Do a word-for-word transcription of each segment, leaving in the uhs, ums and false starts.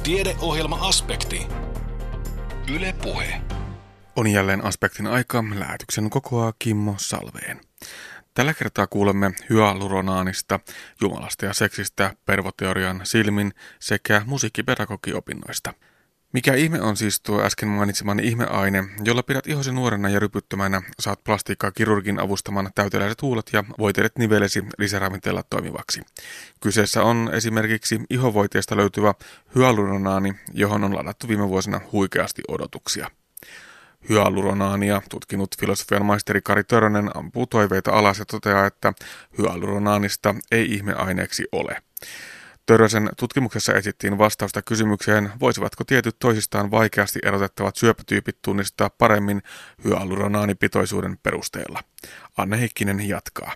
Tiedeohjelma-aspekti. Yle Puhe. On jälleen aspektin aika. Lähetyksen kokoaa Kimmo Salveen. Tällä kertaa kuulemme hyaluronaanista, jumalasta ja seksistä, pervoteorian silmin sekä musiikkipedagogiopinnoista. Mikä ihme on siis tuo äsken mainitsemani ihmeaine, jolla pidät ihosi nuorena ja rypyttömänä, saat plastiikkaa kirurgin avustaman täyteläiset huulet ja voitelet nivelesi lisäravinteella toimivaksi. Kyseessä on esimerkiksi ihovoiteesta löytyvä hyaluronaani, johon on ladattu viime vuosina huikeasti odotuksia. Hyaluronaania tutkinut filosofian maisteri Kari Törrönen ampuu toiveita alas ja toteaa, että hyaluronaanista ei ihmeaineeksi ole. Törrösen tutkimuksessa esittiin vastausta kysymykseen, voisivatko tietyt toisistaan vaikeasti erotettavat syöpätyypit tunnistaa paremmin hyaluronaanipitoisuuden perusteella. Anne Heikkinen jatkaa.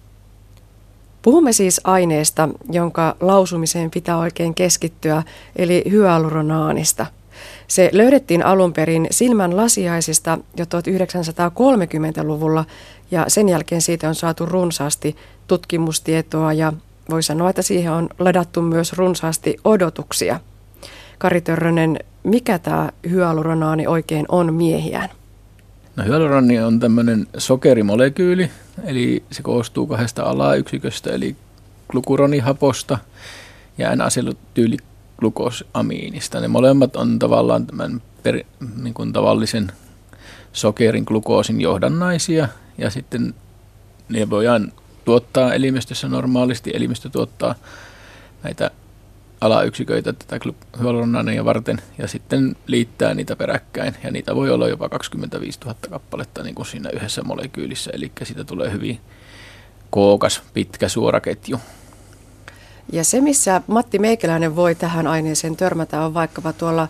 Puhumme siis aineesta, jonka lausumiseen pitää oikein keskittyä, eli hyaluronaanista. Se löydettiin alun perin silmän lasiaisista jo tuhatyhdeksänsataakolmekymmentäluvulla ja sen jälkeen siitä on saatu runsaasti tutkimustietoa ja voi sanoa, että siihen on ladattu myös runsaasti odotuksia. Kari Törrönen, mikä tämä hyaluronaani oikein on miehiään? No, hyaluronaani on tämmöinen sokerimolekyyli, eli se koostuu kahdesta alayksiköstä, eli glukuronihaposta ja N-asetyylglukoosamiinista. Ne molemmat on tavallaan tämän per, niin kuin tavallisen sokerin glukoosin johdannaisia, ja sitten ne voidaan tuottaa elimistössä normaalisti. Elimistö tuottaa näitä alayksiköitä tätä hyaluronaania varten ja sitten liittää niitä peräkkäin. Ja niitä voi olla jopa kaksikymmentäviisituhatta kappaletta niin kuin siinä yhdessä molekyylissä. Eli siitä tulee hyvin kookas, pitkä suoraketju. Ja se, missä Matti Meikäläinen voi tähän aineeseen törmätä, on vaikkapa tuolla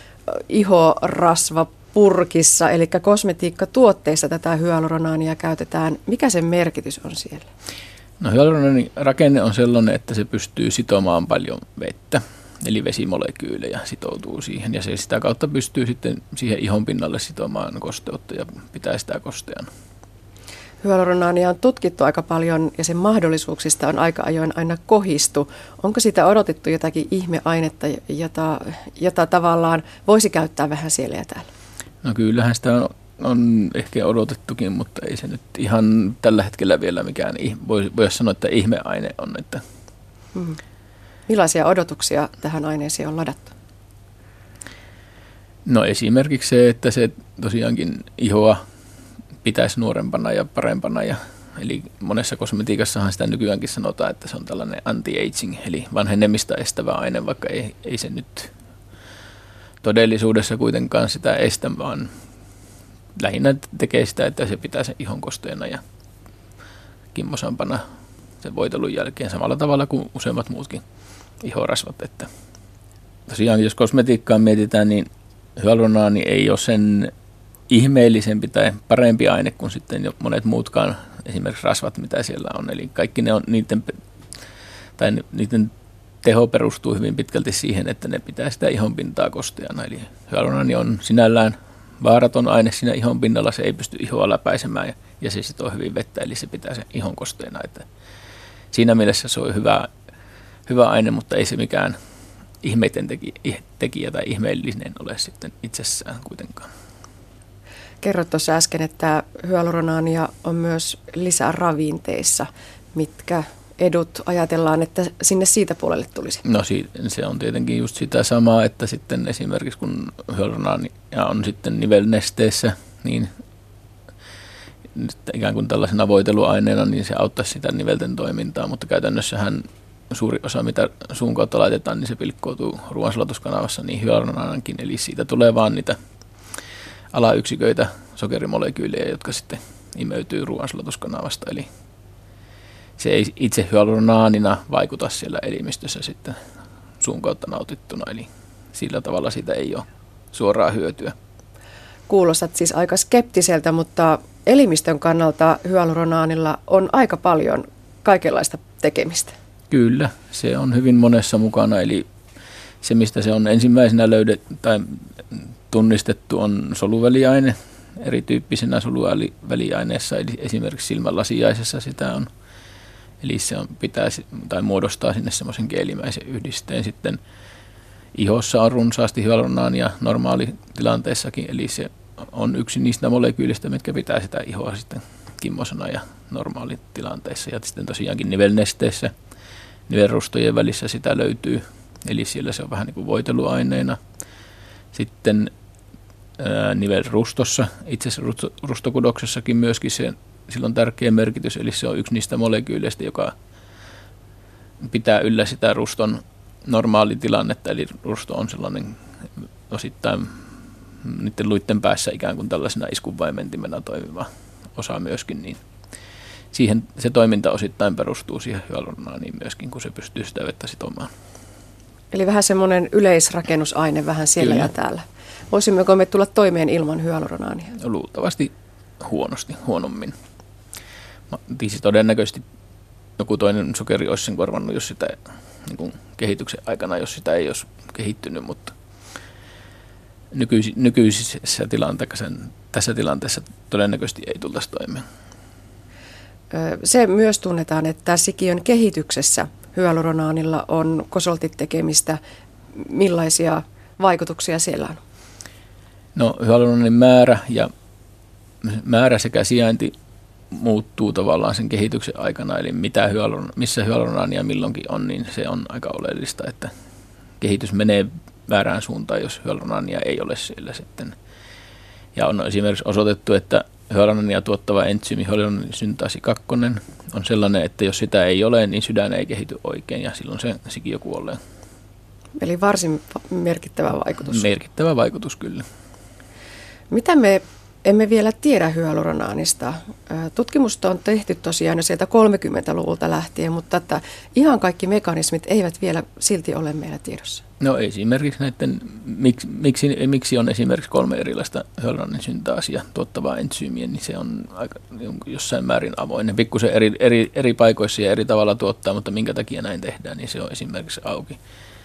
ihorasva purkissa, eli kosmetiikkatuotteissa tätä hyaluronaania käytetään. Mikä sen merkitys on siellä? No, hyaluronaanin rakenne on sellainen, että se pystyy sitomaan paljon vettä, eli vesimolekyylejä sitoutuu siihen, ja se sitä kautta pystyy sitten siihen ihon pinnalle sitomaan kosteutta ja pitää sitä kosteana. Hyaluronaania on tutkittu aika paljon ja sen mahdollisuuksista on aika ajoin aina kohistu. Onko sitä odotettu jotakin ihmeainetta, jota, jota tavallaan voisi käyttää vähän siellä ja täällä? No, kyllähän sitä on, on ehkä odotettukin, mutta ei se nyt ihan tällä hetkellä vielä mikään, voi, voi sanoa, että ihmeaine on. Että. Hmm. Millaisia odotuksia tähän aineeseen on ladattu? No, esimerkiksi se, että se tosiaankin ihoa pitäisi nuorempana ja parempana. Ja, eli monessa kosmetiikassahan sitä nykyäänkin sanotaan, että se on tällainen anti-aging, eli vanhenemista estävä aine, vaikka ei, ei se nyt todellisuudessa kuitenkaan sitä estä, vaan lähinnä tekee sitä, että se pitää sen ihon kosteena ja kimmosampana sen voitelun jälkeen samalla tavalla kuin useimmat muutkin ihorasvat. Että tosiaan, jos kosmetiikkaa mietitään, niin hyaluronaani ei ole sen ihmeellisempi tai parempi aine kuin sitten jo monet muutkaan esimerkiksi rasvat, mitä siellä on. Eli kaikki ne on niiden, tai niiden teho perustuu hyvin pitkälti siihen, että ne pitää sitä ihonpintaa kosteana. Eli hyaluronaani on sinällään vaaraton aine siinä ihonpinnalla, se ei pysty ihoa läpäisemään ja, ja se sitoo hyvin vettä, eli se pitää sen ihon kosteena. Että siinä mielessä se on hyvä, hyvä aine, mutta ei se mikään ihmeiden tekijä tai ihmeellinen ole sitten itsessään kuitenkaan. Kerroit tuossa äsken, että hyaluronaania on myös lisäravinteissa. Mitkä edut ajatellaan, että sinne siitä puolelle tulisi? No, se on tietenkin just sitä samaa, että sitten esimerkiksi kun hyaluronaania on sitten nivelnesteessä, niin ikään kuin tällaisena voiteluaineena, niin se auttaisi sitä nivelten toimintaa, mutta käytännössähän suuri osa, mitä suun kautta laitetaan, niin se pilkkoutuu ruoansulatuskanavassa niin hyaluronaankin, eli siitä tulee vaan niitä alayksiköitä, sokerimolekyylejä, jotka sitten imeytyy ruoansulatuskanavasta, eli se ei itse hyaluronaanina vaikuta siellä elimistössä sitten suun kautta nautittuna, eli sillä tavalla siitä ei ole suoraa hyötyä. Kuulostat siis aika skeptiseltä, mutta elimistön kannalta hyaluronaanilla on aika paljon kaikenlaista tekemistä. Kyllä, se on hyvin monessa mukana, eli se mistä se on ensimmäisenä löydetty tai tunnistettu on soluväliaine, erityyppisenä soluväliaineessa, eli esimerkiksi silmänlasiaisessa sitä on. Eli se on, pitää tai muodostaa sinne semmoisen geelimäisen yhdisteen sitten ihossa on runsaasti hyaluronaania normaalitilanteessakin, eli se on yksi niistä molekyylistä, mitkä pitää sitä ihoa sitten kimmosana ja normaalitilanteessa. Ja sitten tosiaankin nivelnesteissä, nivelrustojen välissä sitä löytyy, eli siellä se on vähän niin kuin voiteluaineena. Sitten ää, nivelrustossa, itse asiassa rustokudoksessakin myöskin se, sillä on tärkeä merkitys, eli se on yksi niistä molekyyleistä, joka pitää yllä sitä ruston normaalitilannetta, eli rusto on sellainen osittain niiden luitten päässä ikään kuin tällaisena iskunvaimentimena toimiva osa myöskin, niin siihen se toiminta osittain perustuu siihen hyaluronaaniin myöskin, kun se pystyy sitä vettä sitomaan. Eli vähän semmoinen yleisrakennusaine vähän siellä Kyllä. ja täällä. Voisimmeko me tulla toimeen ilman hyaluronaania? Luultavasti huonosti, huonommin. Tiisi todennäköisesti joku toinen sokeri olisi sen korvannut, jos sitä niin kuin kehityksen aikana, jos sitä ei olisi kehittynyt, mutta nykyis- nykyisessä tilanteessa, tässä tilanteessa todennäköisesti ei tultaisi toimeen. Se myös tunnetaan, että sikiön kehityksessä hyaluronaanilla on kosoltit tekemistä. Millaisia vaikutuksia siellä on? No hyaluronaanin määrä ja määrä sekä sijainti muuttuu tavallaan sen kehityksen aikana, eli mitä hyaluron, missä hyaluronaania milloinkin on, niin se on aika oleellista, että kehitys menee väärään suuntaan, jos hyaluronaania ei ole siellä sitten. Ja on esimerkiksi osoitettu, että hyaluronaania tuottava entsyymi hyaluronaanisyntaasi kaksi on sellainen, että jos sitä ei ole, niin sydän ei kehity oikein ja silloin se sikiö kuolee. Eli varsin merkittävä vaikutus. Merkittävä vaikutus kyllä. Mitä me emme vielä tiedä hyaluronaanista? Tutkimusta on tehty tosiaan jo sieltä kolmekymmentäluvulta lähtien, mutta että ihan kaikki mekanismit eivät vielä silti ole meillä tiedossa. No esimerkiksi näiden, miksi, miksi, miksi on esimerkiksi kolme erilaista hyaluronaanisyntaasiä tuottavaa entsyymiä, niin se on aika, jossain määrin avoin. Ne pikkusen eri, eri, eri paikoissa ja eri tavalla tuottaa, mutta minkä takia näin tehdään, niin se on esimerkiksi auki.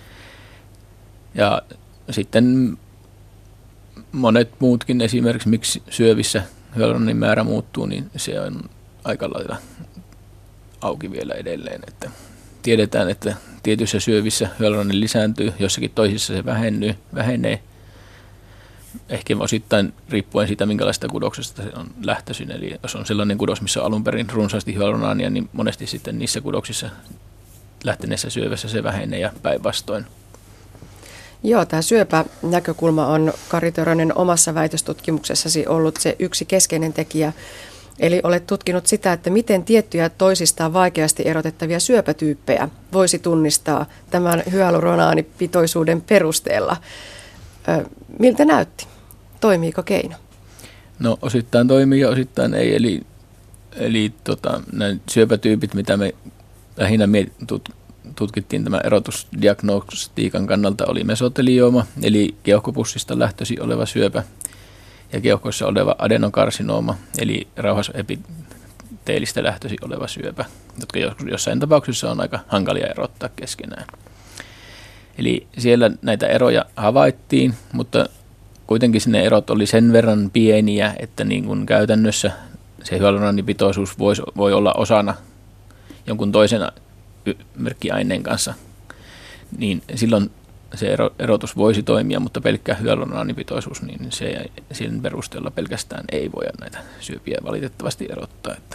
Ja sitten monet muutkin, esimerkiksi miksi syövissä hyaluronaanin määrä muuttuu, niin se on aika lailla auki vielä edelleen. Että tiedetään, että tietyissä syövissä hyaluronaani lisääntyy, jossakin toisissa se vähentyy, vähenee. Ehkä osittain riippuen siitä, minkälaista kudoksesta se on lähtöisin. Eli jos on sellainen kudos, missä on alun perin runsaasti hyaluronaania, niin monesti sitten niissä kudoksissa lähteneessä syövässä se vähenee ja päinvastoin. Joo, tämä syöpänäkökulma on, Kari Törönen, omassa väitöstutkimuksessasi ollut se yksi keskeinen tekijä. Eli olet tutkinut sitä, että miten tiettyjä toisistaan vaikeasti erotettavia syöpätyyppejä voisi tunnistaa tämän hyaluronaanipitoisuuden perusteella. Ö, miltä näytti? Toimiiko keino? No osittain toimii ja osittain ei. Eli, eli tota, nämä syöpätyypit, mitä me lähinnä tut- tutkittiin tämän erotusdiagnostiikan kannalta, oli mesotelioma, eli keuhkopussista lähtöisin oleva syöpä, ja keuhkoissa oleva adenokarsinooma, eli rauhasepiteelistä lähtöisin oleva syöpä, jotka jossain tapauksessa on aika hankalia erottaa keskenään. Eli siellä näitä eroja havaittiin, mutta kuitenkin ne erot oli sen verran pieniä, että niin kuin käytännössä se hyaluronaanipitoisuus voi olla osana jonkun toisen merkkiaineen kanssa, niin silloin se erotus voisi toimia, mutta pelkkä hyaluronaanipitoisuus, niin se, sen perusteella pelkästään ei voida näitä syöpiä valitettavasti erottaa. Että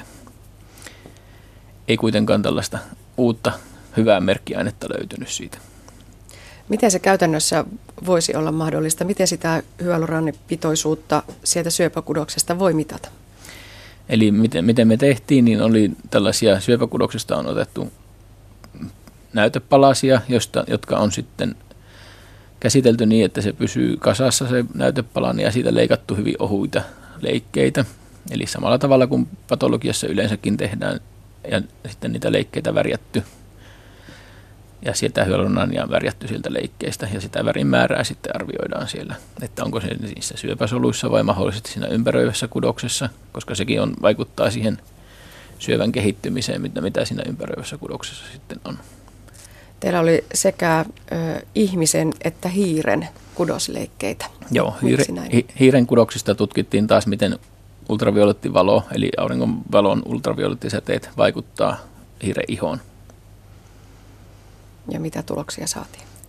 ei kuitenkaan tällaista uutta hyvää merkkiainetta löytynyt siitä. Miten se käytännössä voisi olla mahdollista? Miten sitä hyaluronaanipitoisuutta sieltä syöpäkudoksesta voi mitata? Eli miten, miten me tehtiin, niin oli tällaisia syöpäkudoksesta on otettu näytepalasia, josta, jotka on sitten käsitelty niin, että se pysyy kasassa se näytepala, ja siitä leikattu hyvin ohuita leikkeitä. Eli samalla tavalla kuin patologiassa yleensäkin tehdään, ja sitten niitä leikkeitä värjätty. Ja sieltä hyaluronaania on värjätty sieltä leikkeistä, ja sitä värin määrää sitten arvioidaan siellä, että onko se niissä syöpäsoluissa vai mahdollisesti siinä ympäröivässä kudoksessa, koska sekin on, vaikuttaa siihen syövän kehittymiseen, mitä, mitä siinä ympäröivässä kudoksessa sitten on. Teillä oli sekä ö, ihmisen että hiiren kudosleikkeitä. Joo, hiire, hi, hiiren kudoksista tutkittiin taas, miten ultraviolettivalo, eli auringonvalon ultraviolettisäteet vaikuttaa hiiren ihoon. Ja mitä tuloksia saatiin?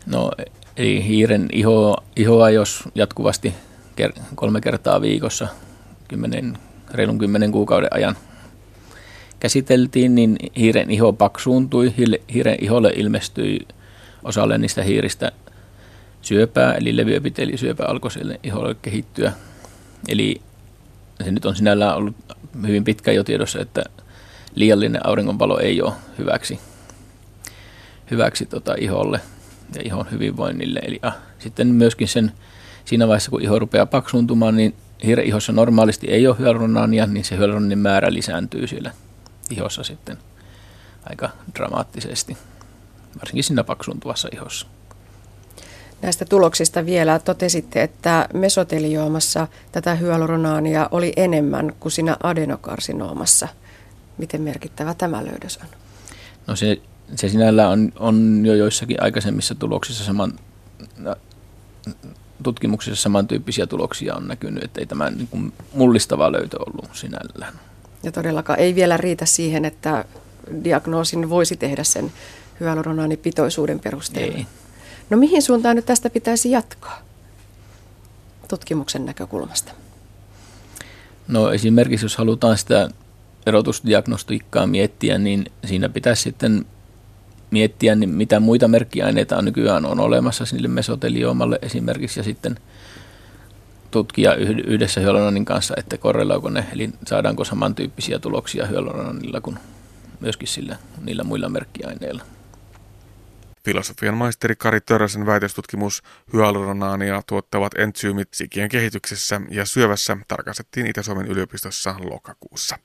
No eli hiiren iho, ihoa, jos jatkuvasti ker, kolme kertaa viikossa kymmenen, reilun kymmenen kuukauden ajan käsiteltiin, niin hiiren iho paksuuntui, hiiren iholle ilmestyi osalle niistä hiiristä syöpää, eli levyepitelisyöpä alkoi sille iholle kehittyä. Eli se nyt on sinällään ollut hyvin pitkä jo tiedossa, että liiallinen auringonvalo ei ole hyväksi, hyväksi tota iholle ja ihon hyvinvoinnille. Eli ah, sitten myöskin sen, siinä vaiheessa, kun iho rupeaa paksuuntumaan, niin hiiren ihossa normaalisti ei ole hyaluronaania, niin se hyaluronin määrä lisääntyy siellä ihossa sitten aika dramaattisesti, varsinkin siinä paksuuntuvassa ihossa. Näistä tuloksista vielä totesitte, että mesoteliomassa tätä hyaluronaania oli enemmän kuin siinä adenokarsinoomassa. Miten merkittävä tämä löydös on? No se, se sinällään on, on jo joissakin aikaisemmissa tuloksissa saman, tutkimuksissa samantyyppisiä tuloksia on näkynyt, että ei tämä niin kuin mullistava löytö ollut sinällään. Ja todellakaan ei vielä riitä siihen, että diagnoosin voisi tehdä sen hyaluronaanipitoisuuden perusteella. Ei. No mihin suuntaan nyt tästä pitäisi jatkaa tutkimuksen näkökulmasta? No esimerkiksi jos halutaan sitä erotusdiagnostiikkaa miettiä, niin siinä pitäisi sitten miettiä, niin mitä muita merkkiaineita on nykyään on olemassa sille mesoteliomalle esimerkiksi, ja sitten tutkia yhdessä hyaluronin kanssa, että korreloiko ne, eli saadaanko samantyyppisiä tuloksia hyaluronilla kuin myöskin sillä, niillä muilla merkkiaineilla. Filosofian maisteri Kari Törrösen väitöstutkimus hyaluronaania tuottavat entsyymit sikien kehityksessä ja syövässä tarkastettiin Itä-Suomen yliopistossa lokakuussa.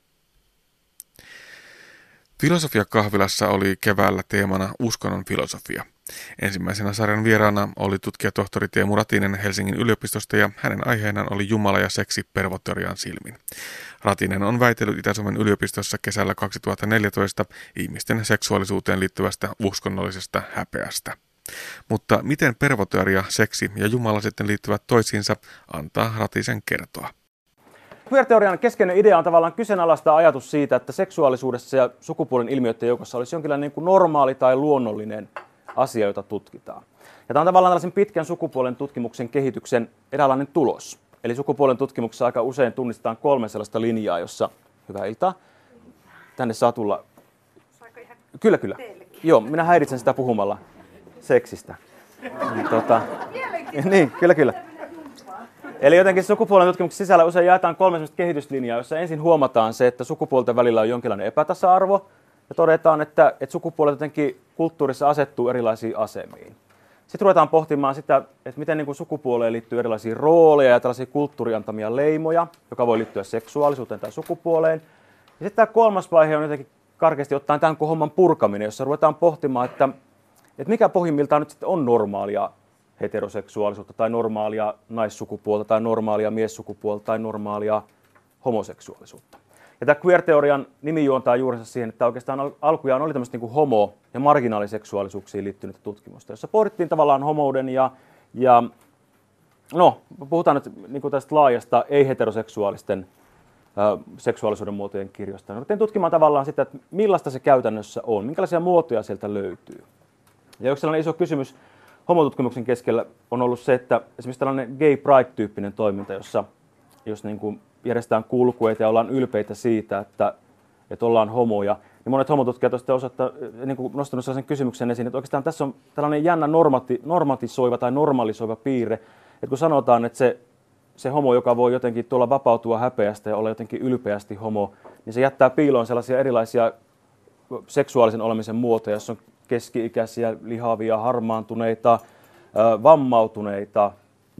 Filosofiakahvilassa oli keväällä teemana uskonnon filosofia. Ensimmäisenä sarjan vieraana oli tutkija tohtori Teemu Ratinen Helsingin yliopistosta ja hänen aiheenaan oli Jumala ja seksi pervoteorian silmin. Ratinen on väitellyt Itä-Suomen yliopistossa kesällä kaksituhattaneljätoista ihmisten seksuaalisuuteen liittyvästä uskonnollisesta häpeästä. Mutta miten pervoteoria, seksi ja Jumala sitten liittyvät toisiinsa, antaa Ratisen kertoa. Queer-teorian keskeinen idea on tavallaan kyseenalaistaa ajatus siitä, että seksuaalisuudessa ja sukupuolen ilmiöiden joukossa olisi jonkinlainen niin kuin normaali tai luonnollinen asia, jota tutkitaan. Ja tämä on tavallaan tällaisen pitkän sukupuolen tutkimuksen kehityksen eräänlainen tulos. Eli sukupuolen tutkimuksessa aika usein tunnistetaan kolme sellaista linjaa, jossa, hyvää iltaa, tänne saa tulla. Kyllä, kyllä. Joo, minä häiritsen sitä puhumalla seksistä. Tota, niin, kyllä, kyllä. Eli jotenkin sukupuolen tutkimuksen sisällä usein jaetaan kolme sellaista kehityslinjaa, jossa ensin huomataan se, että sukupuolten välillä on jonkinlainen epätasa-arvo, ja todetaan, että, että sukupuolet jotenkin kulttuurissa asettuu erilaisiin asemiin. Sitten ruvetaan pohtimaan sitä, että miten niin kuin sukupuoleen liittyy erilaisia rooleja ja tällaisia kulttuuriantamia leimoja, joka voi liittyä seksuaalisuuteen tai sukupuoleen. Ja sitten tämä kolmas vaihe on jotenkin karkeasti ottaen tämän homman purkaminen, jossa ruvetaan pohtimaan, että, että mikä pohjimmiltaan nyt sitten on normaalia heteroseksuaalisuutta tai normaalia naissukupuolta tai normaalia miessukupuolta tai normaalia homoseksuaalisuutta. Ja tämä queer-teorian nimi juontaa juurensa siihen, että oikeastaan al- alkujaan oli tämmöistä niin kuin homo- ja marginaaliseksuaalisuuksiin liittynyttä tutkimusta, jossa pohdittiin tavallaan homouden ja, ja no, puhutaan nyt niin kuin tästä laajasta ei-heteroseksuaalisten äh, seksuaalisuuden muotojen kirjosta. Ruvettiin tutkimaan tavallaan sitä, että millaista se käytännössä on, minkälaisia muotoja sieltä löytyy. Ja yksi sellainen iso kysymys homotutkimuksen keskellä on ollut se, että esimerkiksi tällainen gay pride-tyyppinen toiminta, jossa jos niin kuin järjestetään kulkueita ja ollaan ylpeitä siitä, että, että ollaan homoja, niin monet homotutkijat ovat osoittaa, niin kuin nostanut sellaisen kysymyksen esiin, että oikeastaan tässä on tällainen jännä normati, normatisoiva tai normalisoiva piirre, että kun sanotaan, että se, se homo, joka voi jotenkin tuolla vapautua häpeästä ja olla jotenkin ylpeästi homo, niin se jättää piiloon sellaisia erilaisia seksuaalisen olemisen muotoja, jossa on keski-ikäisiä, lihavia, harmaantuneita, vammautuneita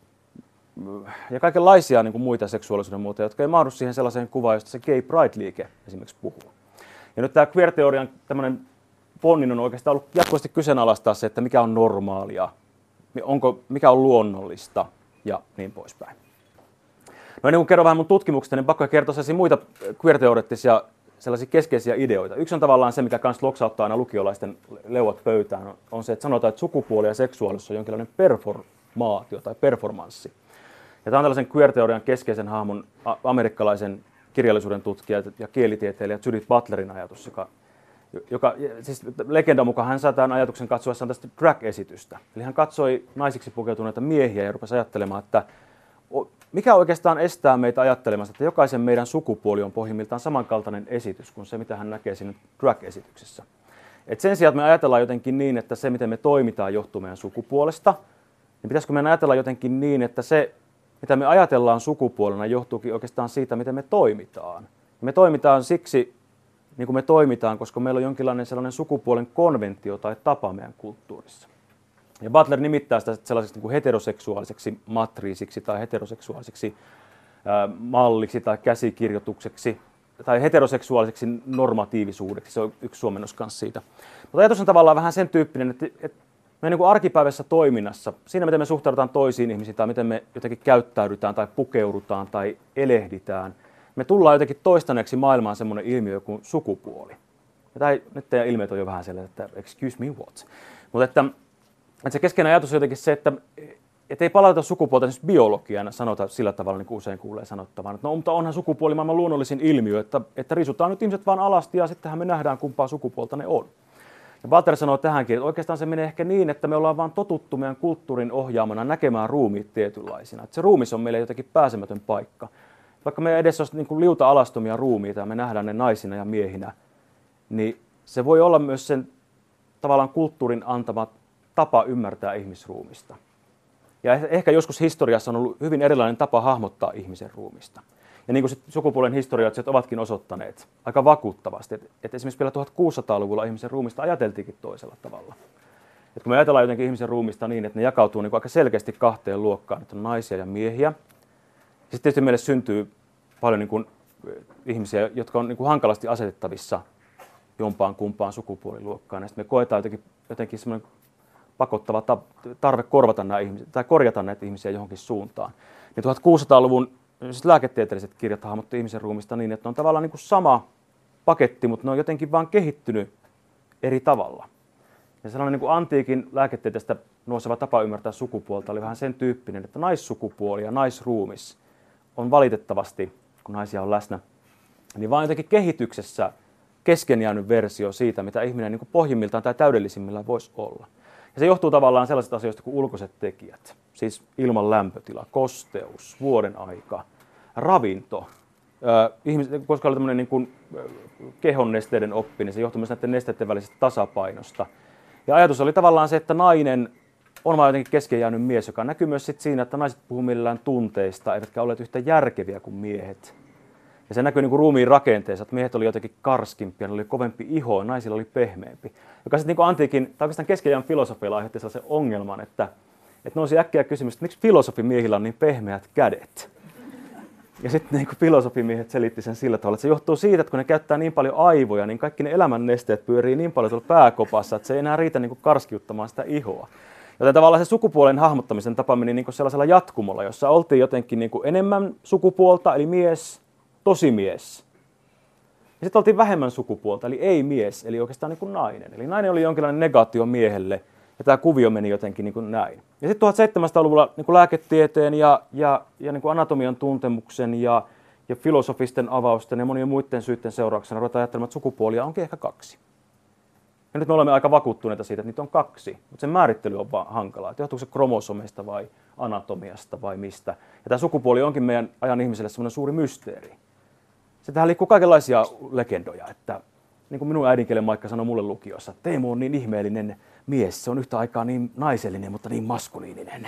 ja kaikenlaisia niin kuin muita seksuaalisuuden muotoja, jotka ei mahdu siihen sellaiseen kuvaan, josta se gay pride-liike esimerkiksi puhuu. Ja nyt tämä queer-teorian tämmöinen ponnin on oikeastaan ollut jatkuvasti kyseenalaistaa se, että mikä on normaalia, onko, mikä on luonnollista ja niin poispäin. No ennen kuin kerron vähän mun tutkimuksesta, niin pakko kertoa sellaisia muita queer-teoreettisia sellaisia keskeisiä ideoita. Yksi on tavallaan se, mikä kans loksauttaa aina lukiolaisten leuat pöytään, on se, että sanotaan, että sukupuoli ja seksuaalisuus on jonkinlainen performaatio tai performanssi. Ja tämä on tällaisen queer-teorian keskeisen hahmon amerikkalaisen kirjallisuuden tutkija ja kielitieteilijä Judith Butlerin ajatus, joka, joka, siis legendan mukaan hän saa tämän ajatuksen katsoessaan tästä drag-esitystä. Eli hän katsoi naisiksi pukeutuneita miehiä ja rupesi ajattelemaan, että mikä oikeastaan estää meitä ajattelemasta, että jokaisen meidän sukupuoli on pohjimmiltaan samankaltainen esitys kuin se, mitä hän näkee siinä drag-esityksessä. Et sen sijaan, että me ajatellaan jotenkin niin, että se, miten me toimitaan, johtuu meidän sukupuolesta, niin pitäisikö meidän ajatella jotenkin niin, että se, mitä me ajatellaan sukupuolena, johtuukin oikeastaan siitä, miten me toimitaan. Me toimitaan siksi, niin kuin me toimitaan, koska meillä on jonkinlainen sellainen sukupuolen konventio tai tapa meidän kulttuurissa. Ja Butler nimittää sitä sellaiseksi niin kuin heteroseksuaaliseksi matriisiksi tai heteroseksuaaliseksi ää, malliksi tai käsikirjoitukseksi tai heteroseksuaaliseksi normatiivisuudeksi. Se on yksi suomennos kanssa siitä. Mutta ajatus on tavallaan vähän sen tyyppinen, että, että me niin kuin arkipäivässä toiminnassa, siinä miten me suhtaudutaan toisiin ihmisiin tai miten me jotenkin käyttäydytään tai pukeudutaan tai elehditään, me tullaan jotenkin toistaneeksi maailmaan semmoinen ilmiö kuin sukupuoli. Ja tämä, nyt teidän ilmeet on jo vähän sellainen, että excuse me what? Mutta että, että se keskeinen ajatus on jotenkin se, että et ei palauta sukupuolta siis biologiana sanota sillä tavalla, niin kuin usein kuulee sanottavan. Että no, mutta onhan sukupuoli maailman luonnollisin ilmiö, että, että risutaan nyt ihmiset vaan alasti ja sittenhän me nähdään, kumpaa sukupuolta ne on. Ja Butler sanoo tähänkin, että oikeastaan se menee ehkä niin, että me ollaan vaan totuttu meidän kulttuurin ohjaamana näkemään ruumiit tietynlaisina. Että se ruumis on meille jotenkin pääsemätön paikka. Vaikka me edessä olisi niin kuin liuta alastomia ruumiita ja me nähdään ne naisina ja miehinä, niin se voi olla myös sen tavallaan kulttuurin antama tapa ymmärtää ihmisruumista. Ja ehkä joskus historiassa on ollut hyvin erilainen tapa hahmottaa ihmisen ruumista. Ja niin kuin sukupuolen historioitsijat ovatkin osoittaneet aika vakuuttavasti, että, että esimerkiksi vielä tuhatkuusisataaluvulla ihmisen ruumista ajateltiinkin toisella tavalla. Että kun me ajatellaan jotenkin ihmisen ruumista niin, että ne jakautuu niin kuin aika selkeästi kahteen luokkaan, että on naisia ja miehiä. Sitten tietysti meille syntyy paljon niin kuin ihmisiä, jotka on niin kuin hankalasti asetettavissa jompaan kumpaan sukupuoliluokkaan. Ja sitten me koetaan jotenkin, jotenkin semmoinen pakottava tarve korvata nämä ihmiset, tai korjata näitä ihmisiä johonkin suuntaan. Niin tuhatkuusisataaluvun lääketieteelliset kirjat hahmotti ihmisen ruumista niin, että ne on tavallaan niin kuin sama paketti, mutta ne on jotenkin vaan kehittynyt eri tavalla. Ja sellainen niin kuin antiikin lääketieteestä nouseva tapa ymmärtää sukupuolta oli vähän sen tyyppinen, että naissukupuoli ja naisruumis on valitettavasti, kun naisia on läsnä, niin vaan jotenkin kehityksessä kesken jäänyt versio siitä, mitä ihminen niin kuin pohjimmiltaan tai täydellisimmillään voisi olla. Ja se johtuu tavallaan sellaisista asioista kuin ulkoiset tekijät, siis ilman lämpötila, kosteus, vuoden aika, ravinto. Ihmiset, koska oli tämmöinen niin kuin kehon nesteiden oppi, niin se johtuu myös näiden nesteiden välisestä tasapainosta. Ja ajatus oli tavallaan se, että nainen on vaan jotenkin kesken jäänyt mies, joka näkyy myös sit siinä, että naiset puhuu millään tunteista, eivätkä ole yhtä järkeviä kuin miehet. Ja se näkyy niin kuin ruumiin rakenteessa, että miehet oli jotenkin karskimpia, ne oli kovempi iho, ja naisilla oli pehmeämpi. Joka sitten niin kuin antiikin, tai oikeastaan keskeijän filosofilla aiheutti sellaisen ongelman, että, että nousi äkkiä kysymys, että miksi filosofimiehillä on niin pehmeät kädet? Ja sitten niin kuin filosofimiehet selitti sen sillä tavalla, että se johtuu siitä, että kun ne käyttää niin paljon aivoja, niin kaikki ne elämän nesteet pyörii niin paljon tuolla pääkopassa, että se ei enää riitä niin kuin karskiuttamaan sitä ihoa. Joten tavallaan se sukupuolen hahmottamisen tapa meni niin kuin sellaisella jatkumolla, jossa oltiin jotenkin niin kuin enemmän sukupuolta, eli mies, tosimies. Ja sitten oltiin vähemmän sukupuolta, eli ei-mies, eli oikeastaan niin kuin nainen. Eli nainen oli jonkinlainen negaatio miehelle, ja tämä kuvio meni jotenkin niin kuin näin. Ja sitten tuhatseitsemänsataaluvulla niin kuin lääketieteen ja, ja, ja niin kuin anatomian tuntemuksen ja, ja filosofisten avausten ja monien muiden syiden seurauksena ruvetaan ajattelemaan, että sukupuolia onkin ehkä kaksi. Ja nyt me olemme aika vakuuttuneita siitä, että niitä on kaksi, mutta sen määrittely on vaan hankalaa. Että johtuuko se kromosomeista vai anatomiasta vai mistä. Ja tämä sukupuoli onkin meidän ajan ihmiselle semmoinen suuri mysteeri. Se tähän liikkuu kaikenlaisia legendoja, että niin kuin minun äidinkielen Maikka sanoi mulle lukiossa, että Teemu on niin ihmeellinen mies, se on yhtä aikaa niin naisellinen, mutta niin maskuliininen.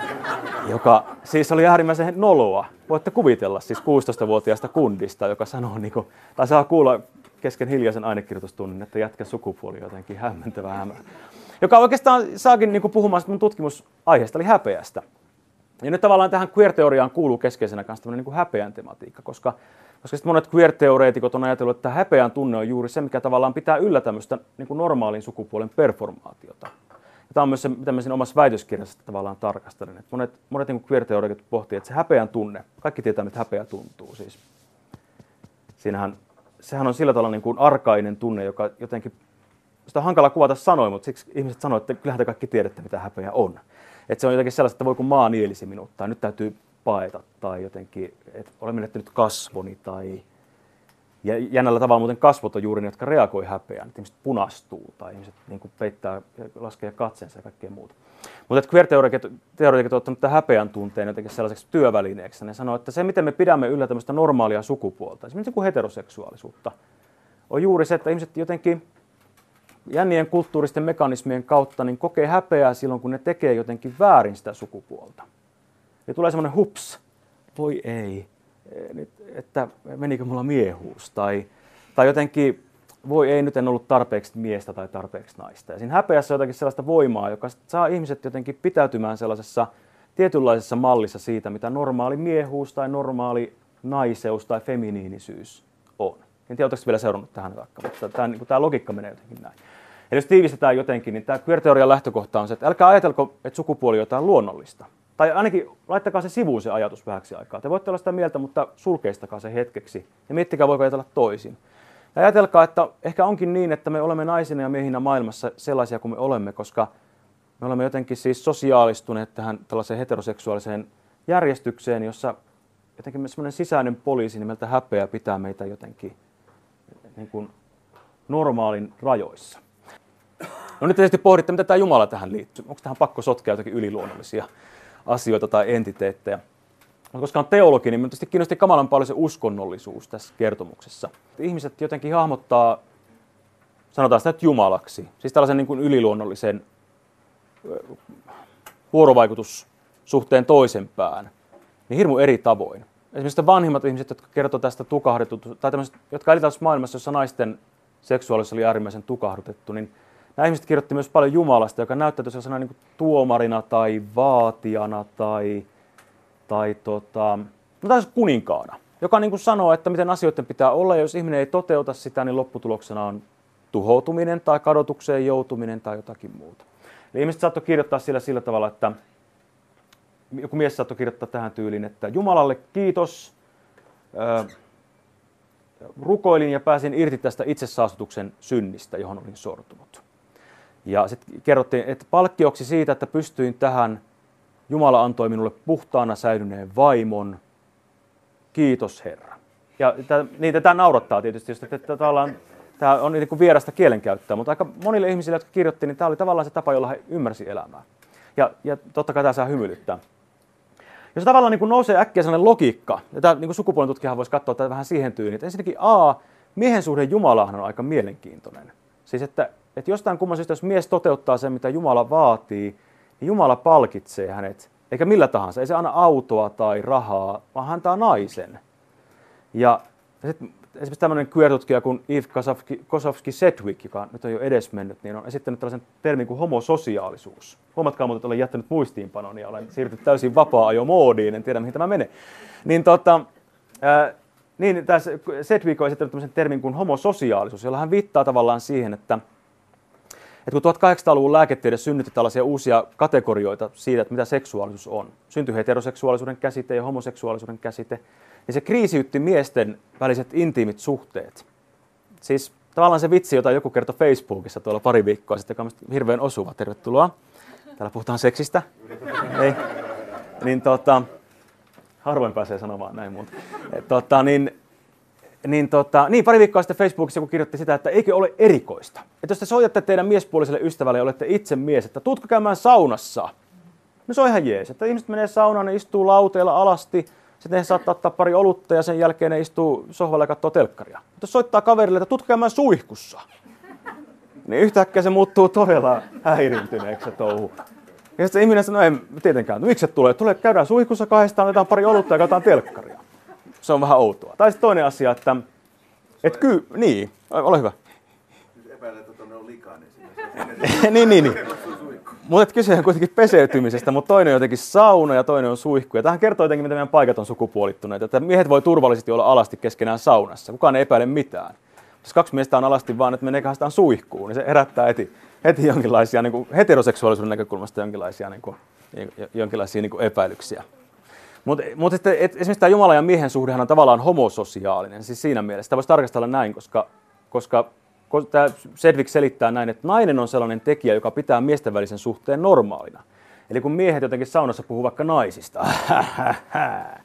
Joka siis oli äärimmäisen noloa. Voitte kuvitella siis kuusitoistavuotiaasta kundista, joka sanoo, niin kuin, tai saa kuulla kesken hiljaisen ainekirjoitustunnin, että jätkän sukupuoli jotenkin hämmentävä hämä. Joka oikeastaan saakin niin kuin puhumaan mun tutkimusaiheesta, eli häpeästä. Ja nyt tavallaan tähän queer-teoriaan kuuluu keskeisenä kanssa tämmöinen niin kuin häpeän tematiikka, koska, koska sitten monet queer-teoreetikot on ajatellut, että häpeän tunne on juuri se, mikä tavallaan pitää yllä tämmöistä niin kuin normaalin sukupuolen performaatiota. Ja tämä on myös se, mitä mä siinä omassa väitöskirjassa tavallaan tarkastelen. Että monet monet niin kuin queer-teoreetikot pohtii, että se häpeän tunne, kaikki tietää, että häpeä tuntuu. Siis. Siinähän, sehän on sillä tavalla niin kuin arkainen tunne, joka jotenkin, sitä on hankala kuvata sanoin, mutta siksi ihmiset sanoo, että kyllähän te kaikki tiedätte, mitä häpeä on. Että se on jotenkin sellaista, että voi kun maa nielisi minut, tai nyt täytyy paeta, tai jotenkin, että olen menettänyt kasvoni, tai Ja jännällä tavalla muuten kasvot on juuri ne, jotka reagoi häpeään. Ihmiset punastuu tai ihmiset niin kuin peittää, laskee katseensa ja kaikkea muuta. Mutta queer-teoreetikot ovat ottaneet tämän häpeän tunteen jotenkin sellaiseksi työvälineeksi. Ne sanoo, että se, miten me pidämme yllä tämmöistä normaalia sukupuolta, esimerkiksi kuin heteroseksuaalisuutta, on juuri se, että ihmiset jotenkin jännien kulttuuristen mekanismien kautta niin kokee häpeää silloin, kun ne tekee jotenkin väärin sitä sukupuolta. Ja tulee semmoinen hups, voi ei, että menikö mulla miehuus, tai, tai jotenkin voi ei, nyt en ollut tarpeeksi miestä tai tarpeeksi naista. Ja siinä häpeässä on jotakin sellaista voimaa, joka saa ihmiset jotenkin pitäytymään sellaisessa tietynlaisessa mallissa siitä, mitä normaali miehuus tai normaali naiseus tai feminiinisyys on. En tiedä, oletteko vielä seurannut tähän vaikka, mutta tämä, niin tämä logiikka menee jotenkin näin. Eli jos tiivistetään jotenkin, niin tämä queer-teorian lähtökohta on se, että älkää ajatelko, että sukupuoli on jotain luonnollista. Tai ainakin laittakaa se sivuun se ajatus vähäksi aikaa. Te voitte olla sitä mieltä, mutta sulkeistakaa se hetkeksi ja miettikää, voiko ajatella toisin. Ja ajatelkaa, että ehkä onkin niin, että me olemme naisina ja miehinä maailmassa sellaisia kuin me olemme, koska me olemme jotenkin siis sosiaalistuneet tähän tällaiseen heteroseksuaaliseen järjestykseen, jossa jotenkin semmoinen sisäinen poliisi nimeltä häpeä pitää meitä jotenkin niin kuin normaalin rajoissa. No nyt tietysti pohditte, mitä tämä Jumala tähän liittyy. Onko tähän pakko sotkea jotakin yliluonnollisia asioita tai entiteettejä? No, koska on teologi, niin minun tietysti kiinnosti kamalan paljon se uskonnollisuus tässä kertomuksessa. Ihmiset jotenkin hahmottaa, sanotaan sitä nyt Jumalaksi, siis tällaisen niin kuin yliluonnollisen vuorovaikutussuhteen toisenpään, niin hirmu eri tavoin. Esimerkiksi vanhimmat ihmiset, jotka kertovat tästä tukahdutettu, tai tämmöiset, jotka elivät maailmassa, jossa naisten seksuaalisuus oli äärimmäisen tukahdutettu, niin nämä ihmiset kirjoitti myös paljon Jumalasta, joka näyttäytyi sellaisena niin kuin tuomarina tai vaatijana tai, tai tota, no taas kuninkaana, joka niin kuin sanoo, että miten asioiden pitää olla, ja jos ihminen ei toteuta sitä, niin lopputuloksena on tuhoutuminen tai kadotukseen joutuminen tai jotakin muuta. Eli ihmiset saattoi kirjoittaa sillä sillä tavalla, että joku mies saattoi kirjoittaa tähän tyyliin, että Jumalalle kiitos, äh, rukoilin ja pääsin irti tästä itsesaastutuksen synnistä, johon olin sortunut. Ja sitten kerrottiin, että palkkioksi siitä, että pystyin tähän, Jumala antoi minulle puhtaana säilyneen vaimon, kiitos Herra. Ja niitä tämä naurattaa tietysti, että tämä on niin kuin vierasta kielenkäyttöä, mutta aika monille ihmisille, jotka kirjoitti, niin tämä oli tavallaan se tapa, jolla he ymmärsivät elämää. Ja, ja totta kai tämä saa hymyilyttää. Jos tavallaan niin kuin nousee äkkiä sellainen logiikka, ja tämä niin sukupuolen tutkijahan voisi katsoa tätä vähän siihen tyyliin, että ensinnäkin A, miehen suhde Jumalaan on aika mielenkiintoinen. Siis että, että jostain kumman syystä, jos mies toteuttaa sen, mitä Jumala vaatii, niin Jumala palkitsee hänet, eikä millä tahansa. Ei se anna autoa tai rahaa, vaan hän antaa naisen. Ja sitten esimerkiksi tämmöinen queer-tutkija kuin Eve Kosofsky-Sedgwick, joka nyt on jo edesmennyt, niin on esittänyt tällaisen termin kuin homososiaalisuus. Huomatkaa muuten, että olen jättänyt muistiinpanon ja olen siirtynyt täysin vapaa-ajomoodiin, en tiedä mihin tämä menee. Niin, tota, ää, niin tässä Sedgwick on esittänyt tämmöisen termin kuin homososiaalisuus, jolla hän viittaa tavallaan siihen, että, että kun tuhatkahdeksansataaluvun lääketiede synnytti tällaisia uusia kategorioita siitä, että mitä seksuaalisuus on, syntyi heteroseksuaalisuuden käsite ja homoseksuaalisuuden käsite, niin se kriisiytti miesten väliset intiimit suhteet. Siis tavallaan se vitsi, jota joku kertoi Facebookissa tuolla pari viikkoa sitten, joka on hirveän osuva. Tervetuloa. Täällä puhutaan seksistä. Ei. Niin tota, harvoin pääsee sanomaan näin muuta. Tota, niin, niin, tota, niin pari viikkoa sitten Facebookissa joku kirjoitti sitä, että eikö ole erikoista. Että jos te soitatte teidän miespuoliselle ystävälle ja olette itse mies, että tuutko käymään saunassa? No se on ihan jees. Että ihmiset menee saunaan, ne istuu lauteilla alasti, sitten ne saattaa ottaa pari olutta ja sen jälkeen ne istuu sohvalle ja katsoo telkkaria. Mutta jos soittaa kaverille, että tuutko käymään suihkussa, niin yhtäkkiä se muuttuu todella häiriintyneeksi se touhu. Ja sitten ihminen sanoo, ei tietenkään, no miksi se tulee? Tulee, käydään suihkussa kahdestaan, otetaan pari olutta ja katsotaan telkkaria. Se on vähän outoa. Tai sitten toinen asia, että et ky, niin, ole hyvä. Epäilen, että tuonne on likaa, niin niin, niin. Mutta kyse on kuitenkin peseytymisestä, mutta toinen on jotenkin sauna ja toinen on suihku. Ja tähän kertoo jotenkin, miten meidän paikat on sukupuolittuneet. Että miehet voi turvallisesti olla alasti keskenään saunassa. Kukaan ei epäile mitään. Jos kaksi miestä on alasti vaan, että menee kahdestaan suihkuun, niin se herättää heti, heti jonkinlaisia niin kuin heteroseksuaalisuuden näkökulmasta jonkinlaisia, niin kuin, jonkinlaisia niin kuin epäilyksiä. Mutta mut esimerkiksi tämä Jumalan ja miehen suhdehan on tavallaan homososiaalinen. Siis siinä mielessä sitä voisi tarkastella näin, koska, koska tämä Sedgwick selittää näin, että nainen on sellainen tekijä, joka pitää miesten välisen suhteen normaalina. Eli kun miehet jotenkin saunassa puhuu vaikka naisista,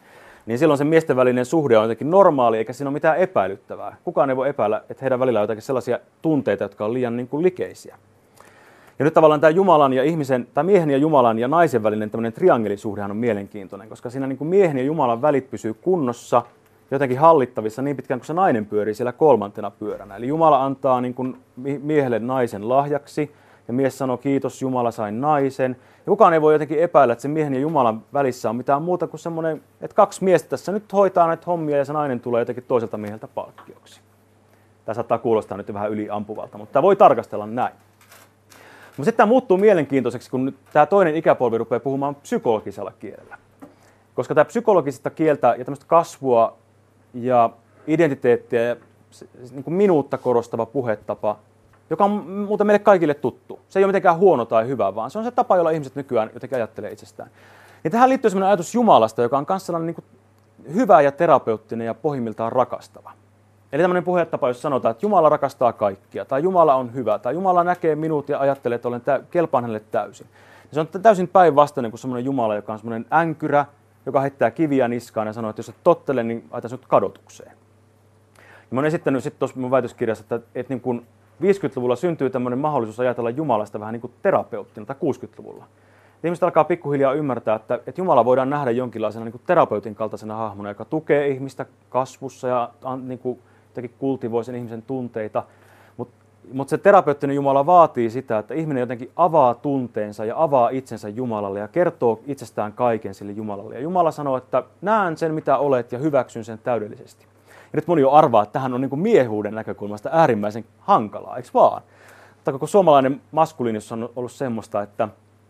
niin silloin se miesten välinen suhde on jotenkin normaali, eikä siinä ole mitään epäilyttävää. Kukaan ei voi epäillä, että heidän välillä on jotakin sellaisia tunteita, jotka on liian niin kuin likeisiä. Ja nyt tavallaan tämä Jumalan ja ihmisen, tai miehen ja Jumalan ja naisen välinen tämmöinen triangelisuhdehan on mielenkiintoinen, koska siinä niin kuin miehen ja Jumalan välit pysyy kunnossa, jotenkin hallittavissa niin pitkään kuin se nainen pyörii siellä kolmantena pyöränä. Eli Jumala antaa niin kuin miehelle naisen lahjaksi, ja mies sanoo, kiitos Jumala, sain naisen. Ja kukaan ei voi jotenkin epäillä, että se miehen ja Jumalan välissä on mitään muuta kuin semmoinen, että kaksi miestä tässä nyt hoitaa näitä hommia ja se nainen tulee jotenkin toiselta mieheltä palkkioksi. Tämä saattaa kuulostaa nyt vähän yliampuvalta, mutta tämä voi tarkastella näin. Mutta sitten tämä muuttuu mielenkiintoiseksi, kun nyt tämä toinen ikäpolvi rupeaa puhumaan psykologisella kielellä. Koska tämä psykologisesta kieltä ja tämmöistä kasvua ja identiteettiä ja niin kuin minuutta korostava puhetapa, joka on muuten meille kaikille tuttu. Se ei ole mitenkään huono tai hyvä, vaan se on se tapa, jolla ihmiset nykyään jotenkin ajattelee itsestään. Ja tähän liittyy sellainen ajatus Jumalasta, joka on myös sellainen niin kuin hyvä ja terapeuttinen ja pohjimmiltaan rakastava. Eli tämmöinen puhetapa, jos sanotaan, että Jumala rakastaa kaikkia, tai Jumala on hyvä, tai Jumala näkee minut ja ajattelee, että olen tä- kelpaan hänelle täysin. Ja se on täysin päinvastainen kuin semmoinen Jumala, joka on semmoinen änkyrä, joka heittää kiviä niskaan ja sanoo, että jos et tottele, niin laita sinut kadotukseen. Ja mä olen esittänyt sitten tuossa mun väitöskirjassa, että, että niin kun viisikymmentäluvulla syntyy tämmöinen mahdollisuus ajatella Jumalasta vähän niin kuin terapeuttina, tai kuusikymmentäluvulla. Ja ihmiset alkaa pikkuhiljaa ymmärtää, että, että Jumala voidaan nähdä jonkinlaisena niin kuin terapeutin kaltaisena hahmona, joka tukee ihmistä kasvussa ja niin kuin jotenkin kultivoi sen ihmisen tunteita. Mutta mut se terapeuttinen Jumala vaatii sitä, että ihminen jotenkin avaa tunteensa ja avaa itsensä Jumalalle ja kertoo itsestään kaiken sille Jumalalle. Ja Jumala sanoo, että näen sen mitä olet ja hyväksyn sen täydellisesti. Ja nyt moni jo arvaa, että tähän on niin kuin miehuuden näkökulmasta äärimmäisen hankalaa, eikö vaan? Mutta koko suomalainen maskuliinisuus on ollut semmoista, että,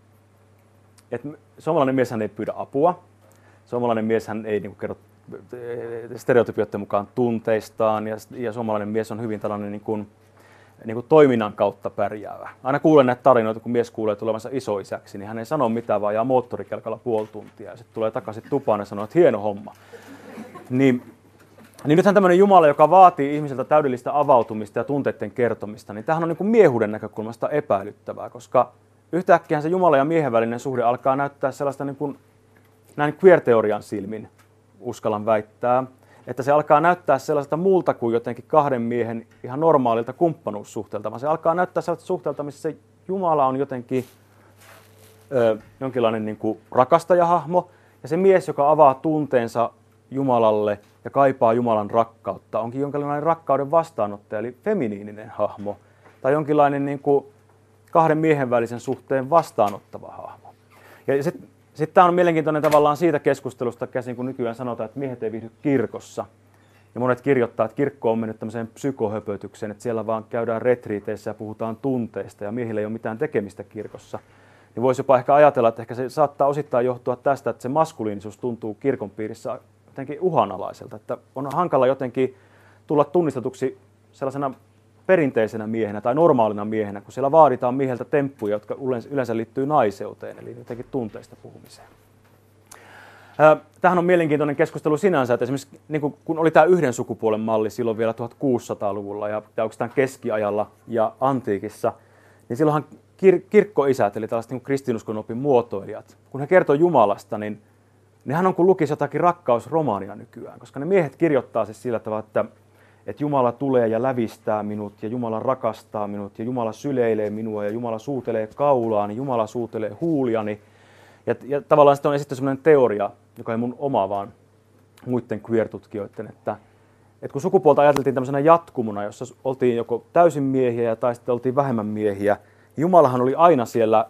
että suomalainen mieshän ei pyydä apua. Suomalainen mieshän ei niin kuin kerro stereotypioiden mukaan tunteistaan ja, ja suomalainen mies on hyvin tällainen niin kuin, niin kuin toiminnan kautta pärjäävä. Aina kuulen näitä tarinoita, kun mies kuulee tulevansa isoisäksi, niin hän ei sano mitään, vaan jää moottorikelkalla puoli tuntia ja sitten tulee takaisin tupaan ja sanoo, että hieno homma. Niin, niin nythän tämmöinen Jumala, joka vaatii ihmiseltä täydellistä avautumista ja tunteiden kertomista, niin tämähän on niin kuin miehuuden näkökulmasta epäilyttävää, koska yhtäkkiä se Jumala ja miehen välinen suhde alkaa näyttää sellaista niin kuin, näin queer-teorian silmin, uskallan väittää, että se alkaa näyttää sellaista muulta kuin jotenkin kahden miehen ihan normaalilta kumppanuussuhteelta, vaan se alkaa näyttää sellaista suhteelta, missä se Jumala on jotenkin ö, jonkinlainen niin kuin rakastajahahmo, ja se mies, joka avaa tunteensa Jumalalle ja kaipaa Jumalan rakkautta, onkin jonkinlainen rakkauden vastaanottaja, eli feminiininen hahmo, tai jonkinlainen niin kuin kahden miehen välisen suhteen vastaanottava hahmo. Ja sitten Sitten tämä on mielenkiintoinen tavallaan siitä keskustelusta käsin, kun nykyään sanotaan, että miehet ei viihdy kirkossa. Ja monet kirjoittaa, että kirkko on mennyt tämmöiseen psykohöpötykseen, että siellä vaan käydään retriiteissä ja puhutaan tunteista ja miehillä ei ole mitään tekemistä kirkossa. Niin voisi jopa ehkä ajatella, että ehkä se saattaa osittain johtua tästä, että se maskuliinisuus tuntuu kirkon piirissä jotenkin uhanalaiselta. Että on hankala jotenkin tulla tunnistetuksi sellaisena perinteisenä miehenä tai normaalina miehenä, kun siellä vaaditaan mieheltä temppuja, jotka yleensä liittyy naiseuteen, eli jotenkin tunteista puhumiseen. Tämähän on mielenkiintoinen keskustelu sinänsä, että esimerkiksi niin kun oli tämä yhden sukupuolen malli silloin vielä tuhatkuusisataaluvulla ja oikeastaan keskiajalla ja antiikissa, niin silloinhan kir- kirkkoisät, eli tällaiset niin kristinuskon opin muotoilijat, kun he kertoo Jumalasta, niin nehän on kuin lukisi jotakin rakkausromaania nykyään, koska ne miehet kirjoittaa siis sillä tavalla, että että Jumala tulee ja lävistää minut, ja Jumala rakastaa minut, ja Jumala syleilee minua, ja Jumala suutelee kaulaani, Jumala suutelee huuliani. Ja, ja tavallaan sitten on esitetty sellainen teoria, joka ei mun oma, vaan muiden queer-tutkijoiden, että, että kun sukupuolta ajateltiin tämmöisenä jatkumona, jossa oltiin joko täysin miehiä tai sitten oltiin vähemmän miehiä, Jumalahan oli aina siellä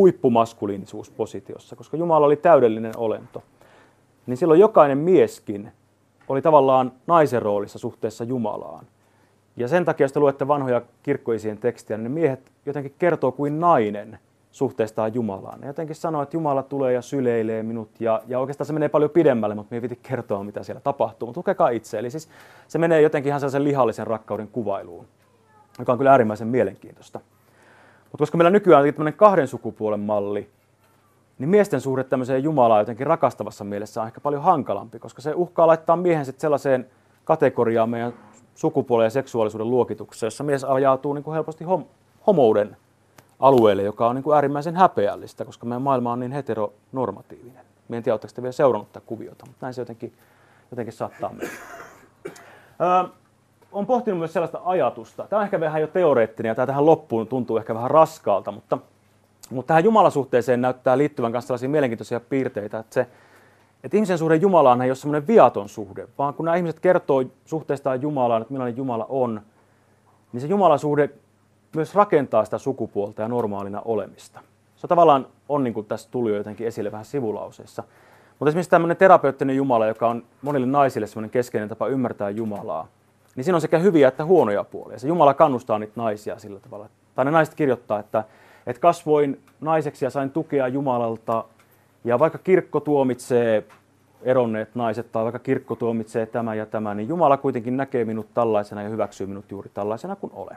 huippumaskuliinisuuspositiossa, koska Jumala oli täydellinen olento. Niin silloin jokainen mieskin oli tavallaan naisen roolissa suhteessa Jumalaan. Ja sen takia, jos te luette vanhoja kirkkoisien tekstejä, niin ne miehet jotenkin kertoo kuin nainen suhteestaan Jumalaan. Ne jotenkin sanoo, että Jumala tulee ja syleilee minut, ja, ja oikeastaan se menee paljon pidemmälle, mutta me ei piti kertoa, mitä siellä tapahtuu. Mutta lukekaa itse. Eli siis se menee jotenkin ihan sellaisen lihallisen rakkauden kuvailuun, joka on kyllä äärimmäisen mielenkiintoista. Mutta koska meillä nykyään on tämmöinen kahden sukupuolen malli, niin miesten suhde tämmöiseen Jumalaan jotenkin rakastavassa mielessä on ehkä paljon hankalampi, koska se uhkaa laittaa miehen sitten sellaiseen kategoriaan meidän sukupuolen ja seksuaalisuuden luokituksessa, jossa mies ajautuu niin kuin helposti hom- homouden alueelle, joka on niin kuin äärimmäisen häpeällistä, koska meidän maailma on niin heteronormatiivinen. Mä en tiedä, oletteko te vielä seurannut tätä kuviota, mutta näin se jotenkin, jotenkin saattaa mennä. Öö, olen pohtinut myös sellaista ajatusta. Tämä on ehkä vähän jo teoreettinen ja tämä tähän loppuun tuntuu ehkä vähän raskaalta, mutta, mutta tähän jumalasuhteeseen näyttää liittyvän myös sellaisia mielenkiintoisia piirteitä, että, se, että ihmisen suhde Jumalaan ei ole semmoinen viaton suhde, vaan kun nämä ihmiset kertoo suhteestaan Jumalaan, että millainen Jumala on, niin se jumalasuhde myös rakentaa sitä sukupuolta ja normaalina olemista. Se tavallaan on, niin kuin tässä tuli jo jotenkin esille vähän sivulauseissa. Mutta esimerkiksi tämmöinen terapeuttinen Jumala, joka on monille naisille semmoinen keskeinen tapa ymmärtää Jumalaa, niin siinä on sekä hyviä että huonoja puolia. Se Jumala kannustaa niitä naisia sillä tavalla. Tai ne naiset kirjoittaa, että, että kasvoin naiseksi ja sain tukea Jumalalta, ja vaikka kirkko tuomitsee eronneet naiset, tai vaikka kirkko tuomitsee tämä ja tämä, niin Jumala kuitenkin näkee minut tällaisena ja hyväksyy minut juuri tällaisena kuin olen.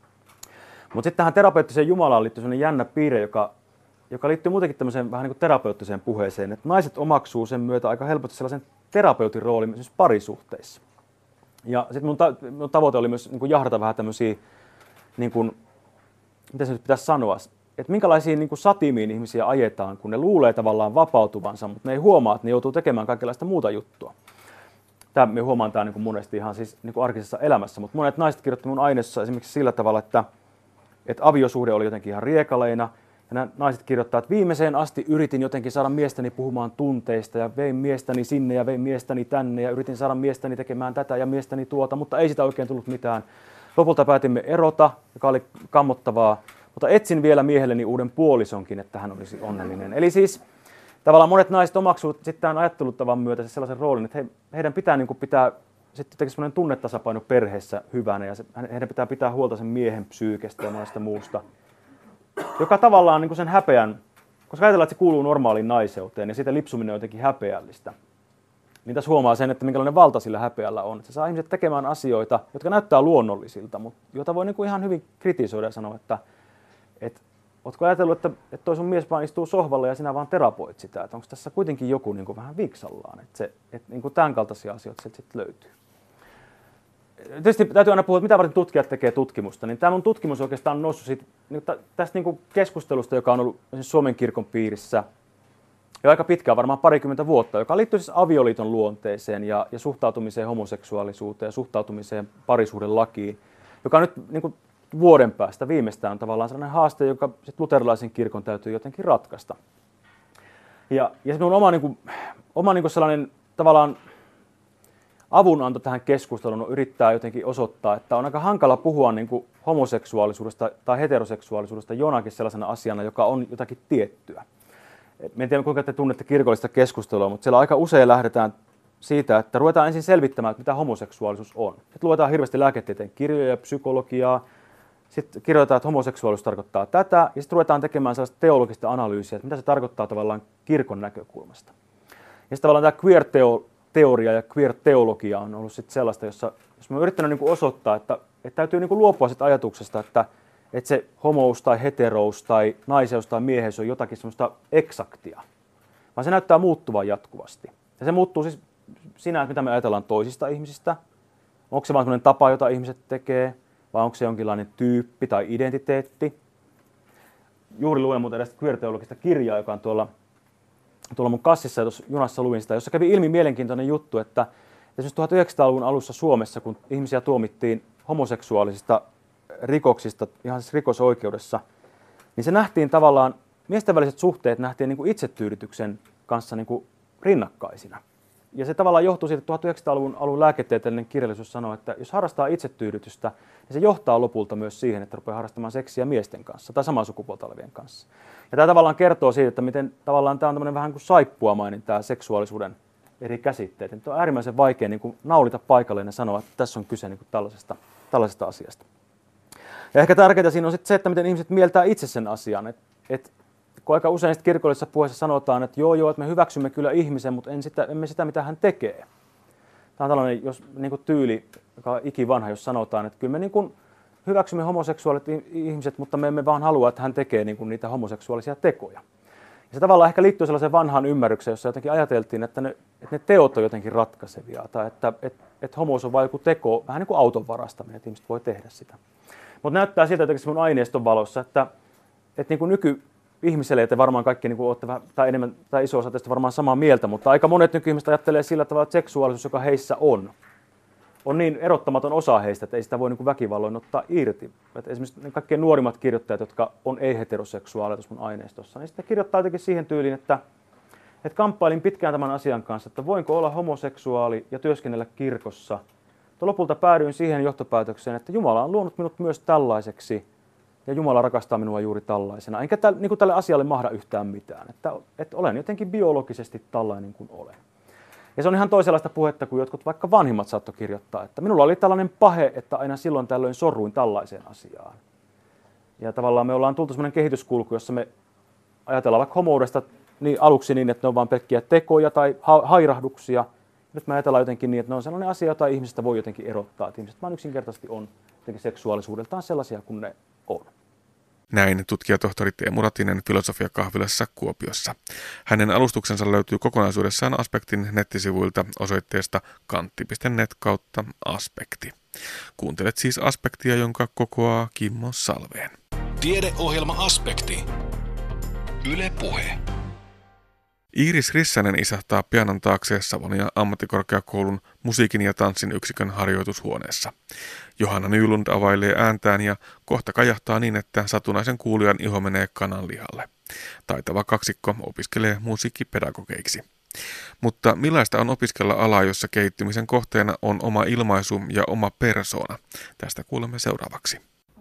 Mutta sitten tähän terapeuttiseen Jumalaan liittyy sellainen jännä piirre, joka, joka liittyy muutenkin tämmöiseen vähän niin kuin terapeuttiseen puheeseen, että naiset omaksuu sen myötä aika helposti sellaisen terapeutin roolin myös parisuhteissa. Ja sitten mun, ta- mun tavoite oli myös niin kuin jahdata vähän tämmöisiä, niin kuin, mitä se nyt pitäisi sanoa, että minkälaisiin niin kuin satimiin ihmisiä ajetaan, kun ne luulee tavallaan vapautuvansa, mutta ne ei huomaa, että ne joutuu tekemään kaikenlaista muuta juttua. Tämä me huomaan tämä niin kuin monesti ihan siis niin kuin arkisessa elämässä, mutta monet naiset kirjoitti mun aineessa esimerkiksi sillä tavalla, että, että aviosuhde oli jotenkin ihan riekaleina. Ja nämä naiset kirjoittaa, että viimeiseen asti yritin jotenkin saada miestäni puhumaan tunteista ja vein miestäni sinne ja vein miestäni tänne ja yritin saada miestäni tekemään tätä ja miestäni tuota, mutta ei sitä oikein tullut mitään. Lopulta päätimme erota, joka oli kammottavaa, mutta etsin vielä miehelleni uuden puolisonkin, että hän olisi onnellinen. Eli siis tavallaan monet naiset omaksuvat sitten tämän ajattelutavan myötä sellaisen roolin, että he, heidän pitää niin kuin pitää sitten semmoinen tunnetasapaino perheessä hyvänä ja se, heidän pitää pitää huolta sen miehen psyykestä ja monesta muusta. Joka tavallaan niin kuin sen häpeän, koska ajatellaan, että se kuuluu normaaliin naiseuteen ja siitä lipsuminen on jotenkin häpeällistä, niin tässä huomaa sen, että minkälainen valta sillä häpeällä on. Että se saa ihmiset tekemään asioita, jotka näyttää luonnollisilta, mutta joita voi niin kuin ihan hyvin kritisoida ja sanoa, että, että ootko ajatellut, että, että toi sun mies vaan istuu sohvalle ja sinä vaan terapoit sitä, että onko tässä kuitenkin joku niin kuin vähän viksallaan, että, se, että niin kuin tämän kaltaisia asioita sieltä sitten löytyy. Tietysti täytyy aina puhua, että mitä varten tutkijat tekee tutkimusta, niin tämä mun tutkimus oikeastaan on noussut siitä, tästä niin kuin keskustelusta, joka on ollut Suomen kirkon piirissä jo aika pitkään, varmaan parikymmentä vuotta, joka liittyy siis avioliiton luonteeseen ja, ja suhtautumiseen homoseksuaalisuuteen ja suhtautumiseen parisuhdelakiin, joka nyt niin kuin vuoden päästä viimeistään on tavallaan sellainen haaste, joka sit luterilaisen kirkon täytyy jotenkin ratkaista. Ja, ja se minun oma, niin kuin, oma niin kuin sellainen tavallaan avunanto tähän keskusteluun on yrittää jotenkin osoittaa, että on aika hankala puhua niin kuin homoseksuaalisuudesta tai heteroseksuaalisuudesta jonakin sellaisena asiana, joka on jotakin tiettyä. En tiedä, kuinka te tunnette kirkollista keskustelua, mutta siellä aika usein lähdetään siitä, että ruvetaan ensin selvittämään, että mitä homoseksuaalisuus on. Sitten luetaan hirveästi lääketieteen kirjoja ja psykologiaa. Sitten kirjoitetaan, että homoseksuaalisuus tarkoittaa tätä, ja sitten ruvetaan tekemään sellaista teologista analyysiä, että mitä se tarkoittaa tavallaan kirkon näkökulmasta. Ja sitten tavallaan tämä queer-teoria ja queer-teologia on ollut sitten sellaista, jossa jos mä oon yrittänyt niin kuin osoittaa, että, että täytyy niin kuin luopua siitä ajatuksesta, että, että se homous tai heterous tai naiseus tai mieheys on jotakin semmoista eksaktia, vaan se näyttää muuttuvan jatkuvasti. Ja se muuttuu siis siinä, että mitä me ajatellaan toisista ihmisistä, onko se vaan semmoinen tapa, jota ihmiset tekee, vai onko se jonkinlainen tyyppi tai identiteetti. Juuri luen muuten edes queer-teologista kirjaa, joka on tuolla, tuolla mun kassissa, ja tuossa junassa luin sitä, jossa kävi ilmi mielenkiintoinen juttu, että esimerkiksi tuhatyhdeksänsataaluvun alussa Suomessa, kun ihmisiä tuomittiin homoseksuaalisista rikoksista, ihan siis rikosoikeudessa, niin se nähtiin tavallaan, miesten väliset suhteet nähtiin niin kuin itsetyydytyksen kanssa niin kuin rinnakkaisina. Ja se tavallaan johtuu siitä, että tuhatyhdeksänsataaluvun alun lääketieteellinen kirjallisuus sanoo, että jos harrastaa itsetyydytystä, niin se johtaa lopulta myös siihen, että rupeaa harrastamaan seksiä miesten kanssa tai samaa sukupuolta olevien kanssa. Ja tämä tavallaan kertoo siitä, että miten tavallaan tämä on tämmöinen vähän kuin saippuamainen tämä seksuaalisuuden eri käsitteet. Että on äärimmäisen vaikea niin kuin naulita paikalleen ja sanoa, että tässä on kyse niin kuin tällaisesta, tällaisesta asiasta. Ja ehkä tärkeintä siinä on sitten se, että miten ihmiset mieltää itse sen asian. Että, että kun aika usein kirkollisessa puheessa sanotaan, että joo joo, että me hyväksymme kyllä ihmisen, mutta en sitä, emme sitä, mitä hän tekee. Tämä on tällainen jos, niin kuin tyyli, joka on ikivanha, jos sanotaan, että kyllä me niin kuin hyväksymme homoseksuaalit ihmiset, mutta me emme vaan halua, että hän tekee niin kuin niitä homoseksuaalisia tekoja. Ja se tavallaan ehkä liittyy sellaiseen vanhaan ymmärrykseen, jossa jotenkin ajateltiin, että ne, että ne teot on jotenkin ratkaisevia, tai että, että, että homous on vain joku teko, vähän niin kuin auton varastaminen, että ihmiset voi tehdä sitä. Mutta näyttää siltä jotenkin mun aineiston valossa, että, että niin kuin nyky, ihmiselle, ja te varmaan kaikki niin kuin, olette vähän, tai enemmän tai iso osa teistä varmaan samaa mieltä, mutta aika monet nykyihmiset ajattelee sillä tavalla, että seksuaalisuus, joka heissä on, on niin erottamaton osa heistä, että ei sitä voi niin kuin väkivalloin ottaa irti. Että esimerkiksi ne kaikkein nuorimmat kirjoittajat, jotka on ei-heteroseksuaaleja tuossa mun aineistossa, niin sitten kirjoittaa jotenkin siihen tyyliin, että, että kamppailin pitkään tämän asian kanssa, että voinko olla homoseksuaali ja työskennellä kirkossa. Mutta lopulta päädyin siihen johtopäätökseen, että Jumala on luonut minut myös tällaiseksi ja Jumala rakastaa minua juuri tällaisena. Enkä täl, niin kuin tälle asialle mahda yhtään mitään, että, että olen jotenkin biologisesti tällainen kuin olen. Ja se on ihan toisenlaista puhetta kuin jotkut vaikka vanhimmat saattoi kirjoittaa, että minulla oli tällainen pahe, että aina silloin tällöin sorruin tällaiseen asiaan. Ja tavallaan me ollaan tultu sellainen kehityskulku, jossa me ajatellaan vaikka homoudesta niin aluksi niin, että ne on vain pelkkiä tekoja tai ha- hairahduksia. Nyt me ajatellaan jotenkin niin, että ne on sellainen asia, jota ihmisistä voi jotenkin erottaa. Että ihmiset vaan yksinkertaisesti on jotenkin seksuaalisuudeltaan sellaisia kuin ne on. Näin tutkijatohtori Teemu Ratinen Filosofiakahvilassa Kuopiossa. Hänen alustuksensa löytyy kokonaisuudessaan Aspektin nettisivuilta osoitteesta kantti piste net kautta aspekti. Kuuntelet siis Aspektia, jonka kokoaa Kimmo Salveen. Tiedeohjelma Aspekti. Yle Puhe. Iiris Rissanen isahtaa pianon taakse Savonia ammattikorkeakoulun musiikin ja tanssin yksikön harjoitushuoneessa. Johanna Nylund availee ääntään ja kohta kajahtaa niin, että satunnaisen kuulijan iho menee kananlihalle. Taitava kaksikko opiskelee musiikkipedagogeiksi. Mutta millaista on opiskella alaa, jossa kehittymisen kohteena on oma ilmaisu ja oma persoona? Tästä kuulemme seuraavaksi.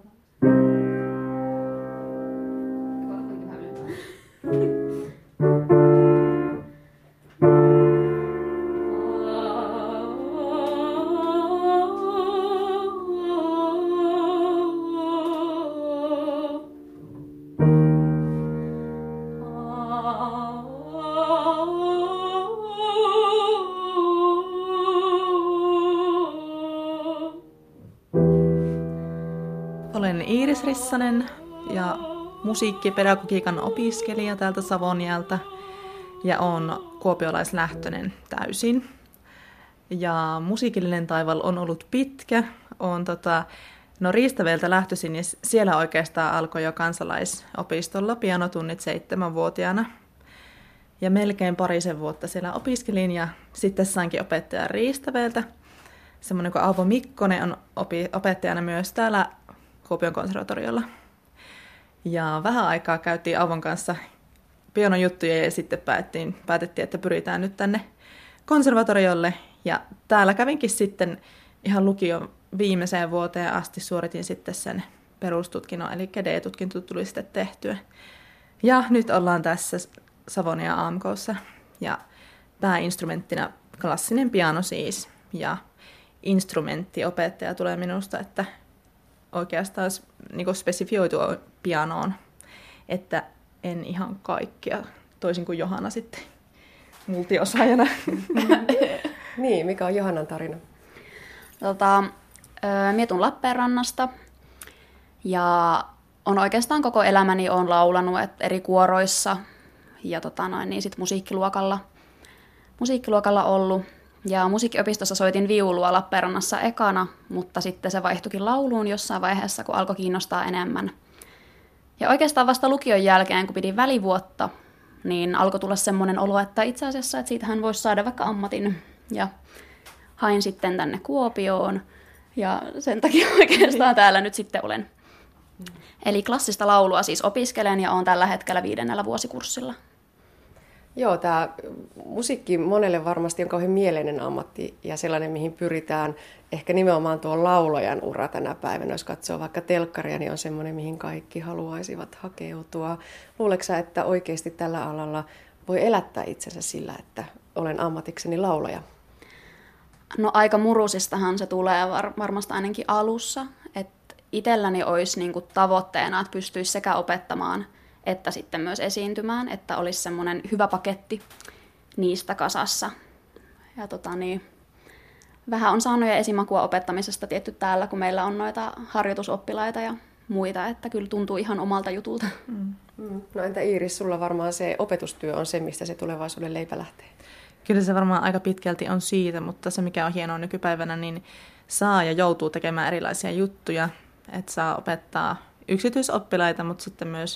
Olen Iiris Rissanen ja musiikkipedagogiikan opiskelija täältä Savonialta ja olen kuopiolaislähtöinen täysin. Ja musiikillinen taival on ollut pitkä. Olen tota, no Riistaveeltä lähtöisin ja siellä oikeastaan alkoi jo kansalaisopistolla pianotunnit seitsemänvuotiaana. Ja melkein parisen vuotta siellä opiskelin ja sitten sainkin opettajan Riistaveeltä. Semmoinen kuin Auvo Mikkonen on opi- opettajana myös täällä Kuopion konservatoriolla. Ja vähän aikaa käytiin Auvon kanssa pianon juttuja ja sitten päätettiin, päätettiin, että pyritään nyt tänne konservatoriolle. Ja täällä kävinkin sitten ihan lukion viimeiseen vuoteen asti suoritin sitten sen perustutkinnon, eli D-tutkinto tuli sitten tehtyä. Ja nyt ollaan tässä Savonia A M K:ssa ja pääinstrumenttina klassinen piano siis. Ja instrumenttiopettaja tulee minusta, että oikeastaan niin spesifioitu pianoon, että en ihan kaikkia, toisin kuin Johanna sitten multiosaajana. Niin, mikä on Johannan tarina? Tota, Mie tuun Lappeenrannasta ja on oikeastaan koko elämäni on laulanut et eri kuoroissa ja tota noin, niin sit musiikkiluokalla, musiikkiluokalla ollut. Ja musiikkiopistossa soitin viulua Lappeenrannassa ekana, mutta sitten se vaihtuikin lauluun jossain vaiheessa, kun alkoi kiinnostaa enemmän. Ja oikeastaan vasta lukion jälkeen, kun pidin välivuotta, niin alkoi tulla semmoinen olo, että itse asiassa, että siitähän voisi saada vaikka ammatin. Ja hain sitten tänne Kuopioon ja sen takia oikeastaan täällä nyt sitten olen. Eli klassista laulua siis opiskelen ja olen tällä hetkellä viidennellä vuosikurssilla. Joo, tämä musiikki monelle varmasti on kauhean mieleinen ammatti ja sellainen, mihin pyritään. Ehkä nimenomaan tuo laulajan ura tänä päivänä, jos katsoo vaikka telkkaria, niin on semmoinen, mihin kaikki haluaisivat hakeutua. Luuletko sä, että oikeasti tällä alalla voi elättää itsensä sillä, että olen ammatikseni laulaja? No aika murusistahan se tulee var- varmasti ainakin alussa. Että itselläni olisi niinku tavoitteena, että pystyisi sekä opettamaan että sitten myös esiintymään, että olisi semmoinen hyvä paketti niistä kasassa. Ja tota niin, vähän on saanut jo esimakua opettamisesta tietty täällä, kun meillä on noita harjoitusoppilaita ja muita, että kyllä tuntuu ihan omalta jutulta. Mm. No entä Iiris, sulla varmaan se opetustyö on se, mistä se tulevaisuuden leipä lähtee? Kyllä se varmaan aika pitkälti on siitä, mutta se mikä on hienoa nykypäivänä, niin saa ja joutuu tekemään erilaisia juttuja, että saa opettaa yksityisoppilaita, mutta sitten myös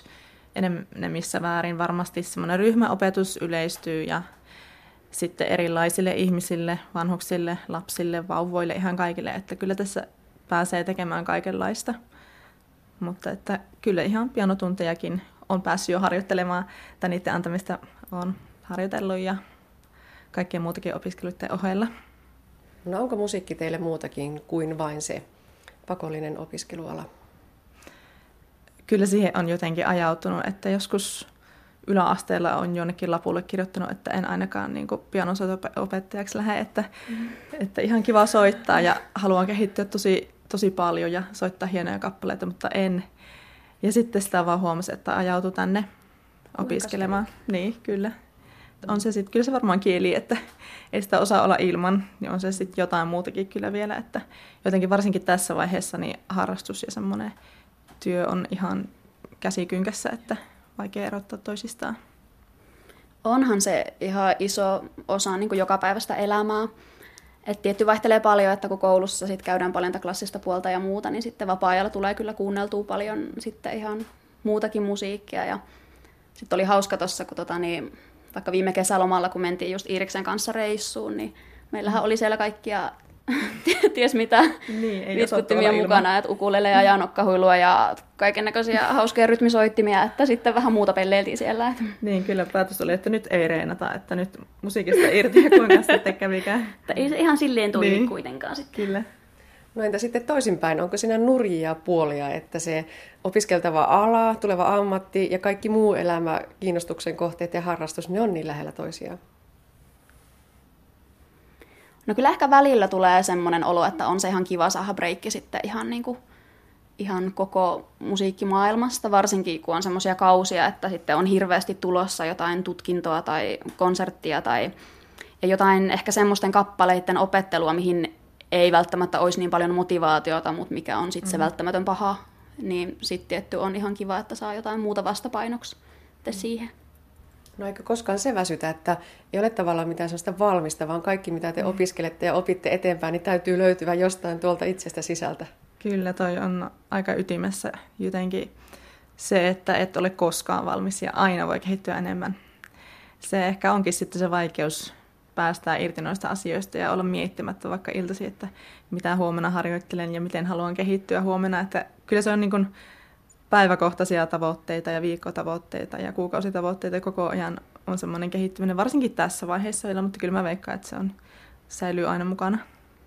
enemmänmissä väärin varmasti semmoinen ryhmäopetus yleistyy ja sitten erilaisille ihmisille, vanhuksille, lapsille, vauvoille, ihan kaikille, että kyllä tässä pääsee tekemään kaikenlaista. Mutta että kyllä ihan pianotuntejakin on päässyt jo harjoittelemaan, tai niiden antamista on harjoitellut ja kaikkien muutakin opiskeluiden ohella. No onko musiikki teille muutakin kuin vain se pakollinen opiskeluala? Kyllä siihen on jotenkin ajautunut, että joskus yläasteella on jonnekin lapulle kirjoittanut, että en ainakaan niin pianosoito-opettajaksi lähde, että, mm. että ihan kiva soittaa ja haluan kehittyä tosi, tosi paljon ja soittaa hienoja kappaleita, mutta en. Ja sitten sitä vaan huomasi, että ajautui tänne opiskelemaan. Niin, kyllä. On se sit, kyllä se varmaan kieli, että ei sitä osaa olla ilman, niin on se sitten jotain muutakin kyllä vielä, että jotenkin varsinkin tässä vaiheessa niin harrastus ja semmoinen työ on ihan käsikynkässä, että vaikea erottaa toisistaan. Onhan se ihan iso osa niin kuin jokapäiväistä elämää. Et tietty vaihtelee paljon, että kun koulussa sit käydään paljon klassista puolta ja muuta, niin sitten vapaa-ajalla tulee kyllä kuunneltua paljon sitten ihan muutakin musiikkia. Ja sitten oli hauska tuossa, kun tota, niin, vaikka viime kesälomalla, kun mentiin just Iiriksen kanssa reissuun, niin meillähän oli siellä kaikkia ties mitä niin, vitkuttimia mukana, että ukuleleja ja nokkahuilua ja kaikennäköisiä hauskoja rytmisoittimia, että sitten vähän muuta pelleiltiin siellä. Niin, kyllä päätös oli, että nyt ei reenata, että nyt musiikista irti ja kuinka sitten kävikään. Että ei se ihan silleen toimi niin kuitenkaan sitten. Kyllä. No entä sitten toisinpäin, onko siinä nurjia puolia, että se opiskeltava ala, tuleva ammatti ja kaikki muu elämä, kiinnostuksen kohteet ja harrastus, ne on niin lähellä toisiaan? No kyllä ehkä välillä tulee semmoinen olo, että on se ihan kiva saada breikki sitten ihan, niin kuin, ihan koko musiikkimaailmasta, varsinkin kun on semmoisia kausia, että sitten on hirveästi tulossa jotain tutkintoa tai konserttia tai ja jotain ehkä semmoisten kappaleiden opettelua, mihin ei välttämättä olisi niin paljon motivaatiota, mutta mikä on sitten mm. se välttämätön paha, niin sitten tietty on ihan kiva, että saa jotain muuta vastapainoksi mm. siihen. No eikö koskaan se väsytä, että ei ole tavallaan mitään sellaista valmista, vaan kaikki mitä te mm. opiskelette ja opitte eteenpäin, niin täytyy löytyä jostain tuolta itsestä sisältä. Kyllä, toi on aika ytimessä jotenkin se, että et ole koskaan valmis ja aina voi kehittyä enemmän. Se ehkä onkin sitten se vaikeus päästää irti noista asioista ja olla miettimättä vaikka iltasi, että mitä huomenna harjoittelen ja miten haluan kehittyä huomenna. Että kyllä se on niin kuin päiväkohtaisia tavoitteita ja viikkotavoitteita ja kuukausitavoitteita koko ajan on semmoinen kehittyminen, varsinkin tässä vaiheessa vielä, mutta kyllä mä veikkaan, että se on, säilyy aina mukana.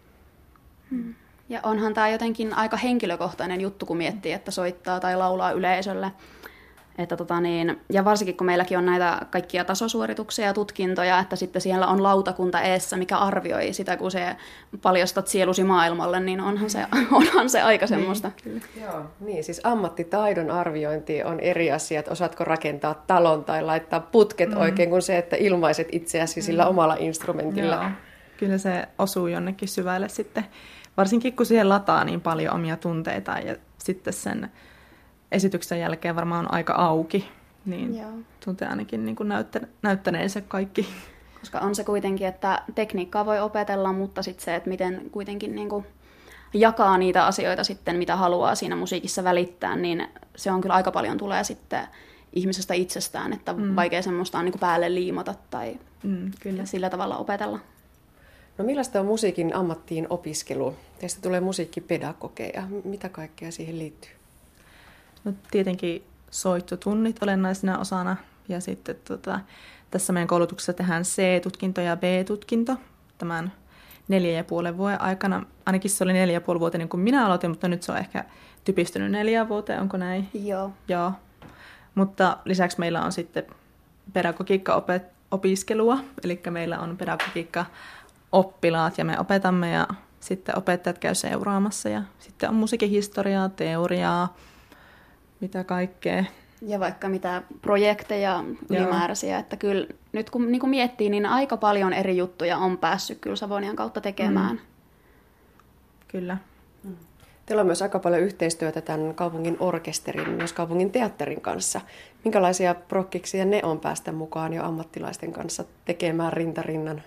Hmm. Ja onhan tämä jotenkin aika henkilökohtainen juttu, kun miettii, että soittaa tai laulaa yleisölle. Että tota niin, ja varsinkin kun meilläkin on näitä kaikkia tasosuorituksia ja tutkintoja, että sitten siellä on lautakunta eessä, mikä arvioi sitä, kun se paljastat sielusi maailmalle, niin onhan se, onhan se aika semmoista. Niin, joo, niin, siis ammattitaidon arviointi on eri asia, että osaatko rakentaa talon tai laittaa putket mm. oikein kuin se, että ilmaiset itseäsi mm. sillä omalla instrumentilla. Joo, kyllä se osuu jonnekin syvälle sitten, varsinkin kun siihen lataa niin paljon omia tunteita ja sitten sen esityksen jälkeen varmaan on aika auki, niin Joo. tuntee ainakin niin kuin näyttä, näyttäneensä kaikki. Koska on se kuitenkin, että tekniikkaa voi opetella, mutta sitten se, että miten kuitenkin niin kuin jakaa niitä asioita sitten, mitä haluaa siinä musiikissa välittää, niin se on kyllä aika paljon tulee sitten ihmisestä itsestään, että mm. vaikea semmoista on niin kuin päälle liimata tai mm, kyllä. sillä tavalla opetella. No millaista on musiikin ammattiin opiskelu? Teistä tulee musiikkipedagogeja. Mitä kaikkea siihen liittyy? No tietenkin soittotunnit olennaisena osana ja sitten tota, tässä meidän koulutuksessa tehdään C-tutkinto ja B-tutkinto tämän neljän ja puolen vuoden aikana. Ainakin se oli neljä ja puoli vuotta kun minä aloitin, mutta nyt se on ehkä typistynyt neljään vuoteen, onko näin? Joo. Joo. Mutta lisäksi meillä on sitten pedagogiikka-opiskelua, eli meillä on pedagogiikka-oppilaat ja me opetamme ja sitten opettajat käy seuraamassa ja sitten on musiikin historiaa, teoriaa, mitä kaikkea. Ja vaikka mitä projekteja ylimääräisiä, että kyllä nyt kun, niin kun miettii, niin aika paljon eri juttuja on päässyt kyllä Savonian kautta tekemään. Mm. Kyllä. Mm. Teillä on myös aika paljon yhteistyötä tämän kaupungin orkesterin, myös kaupungin teatterin kanssa. Minkälaisia prokkiksia ne on päästä mukaan jo ammattilaisten kanssa tekemään rintarinnan?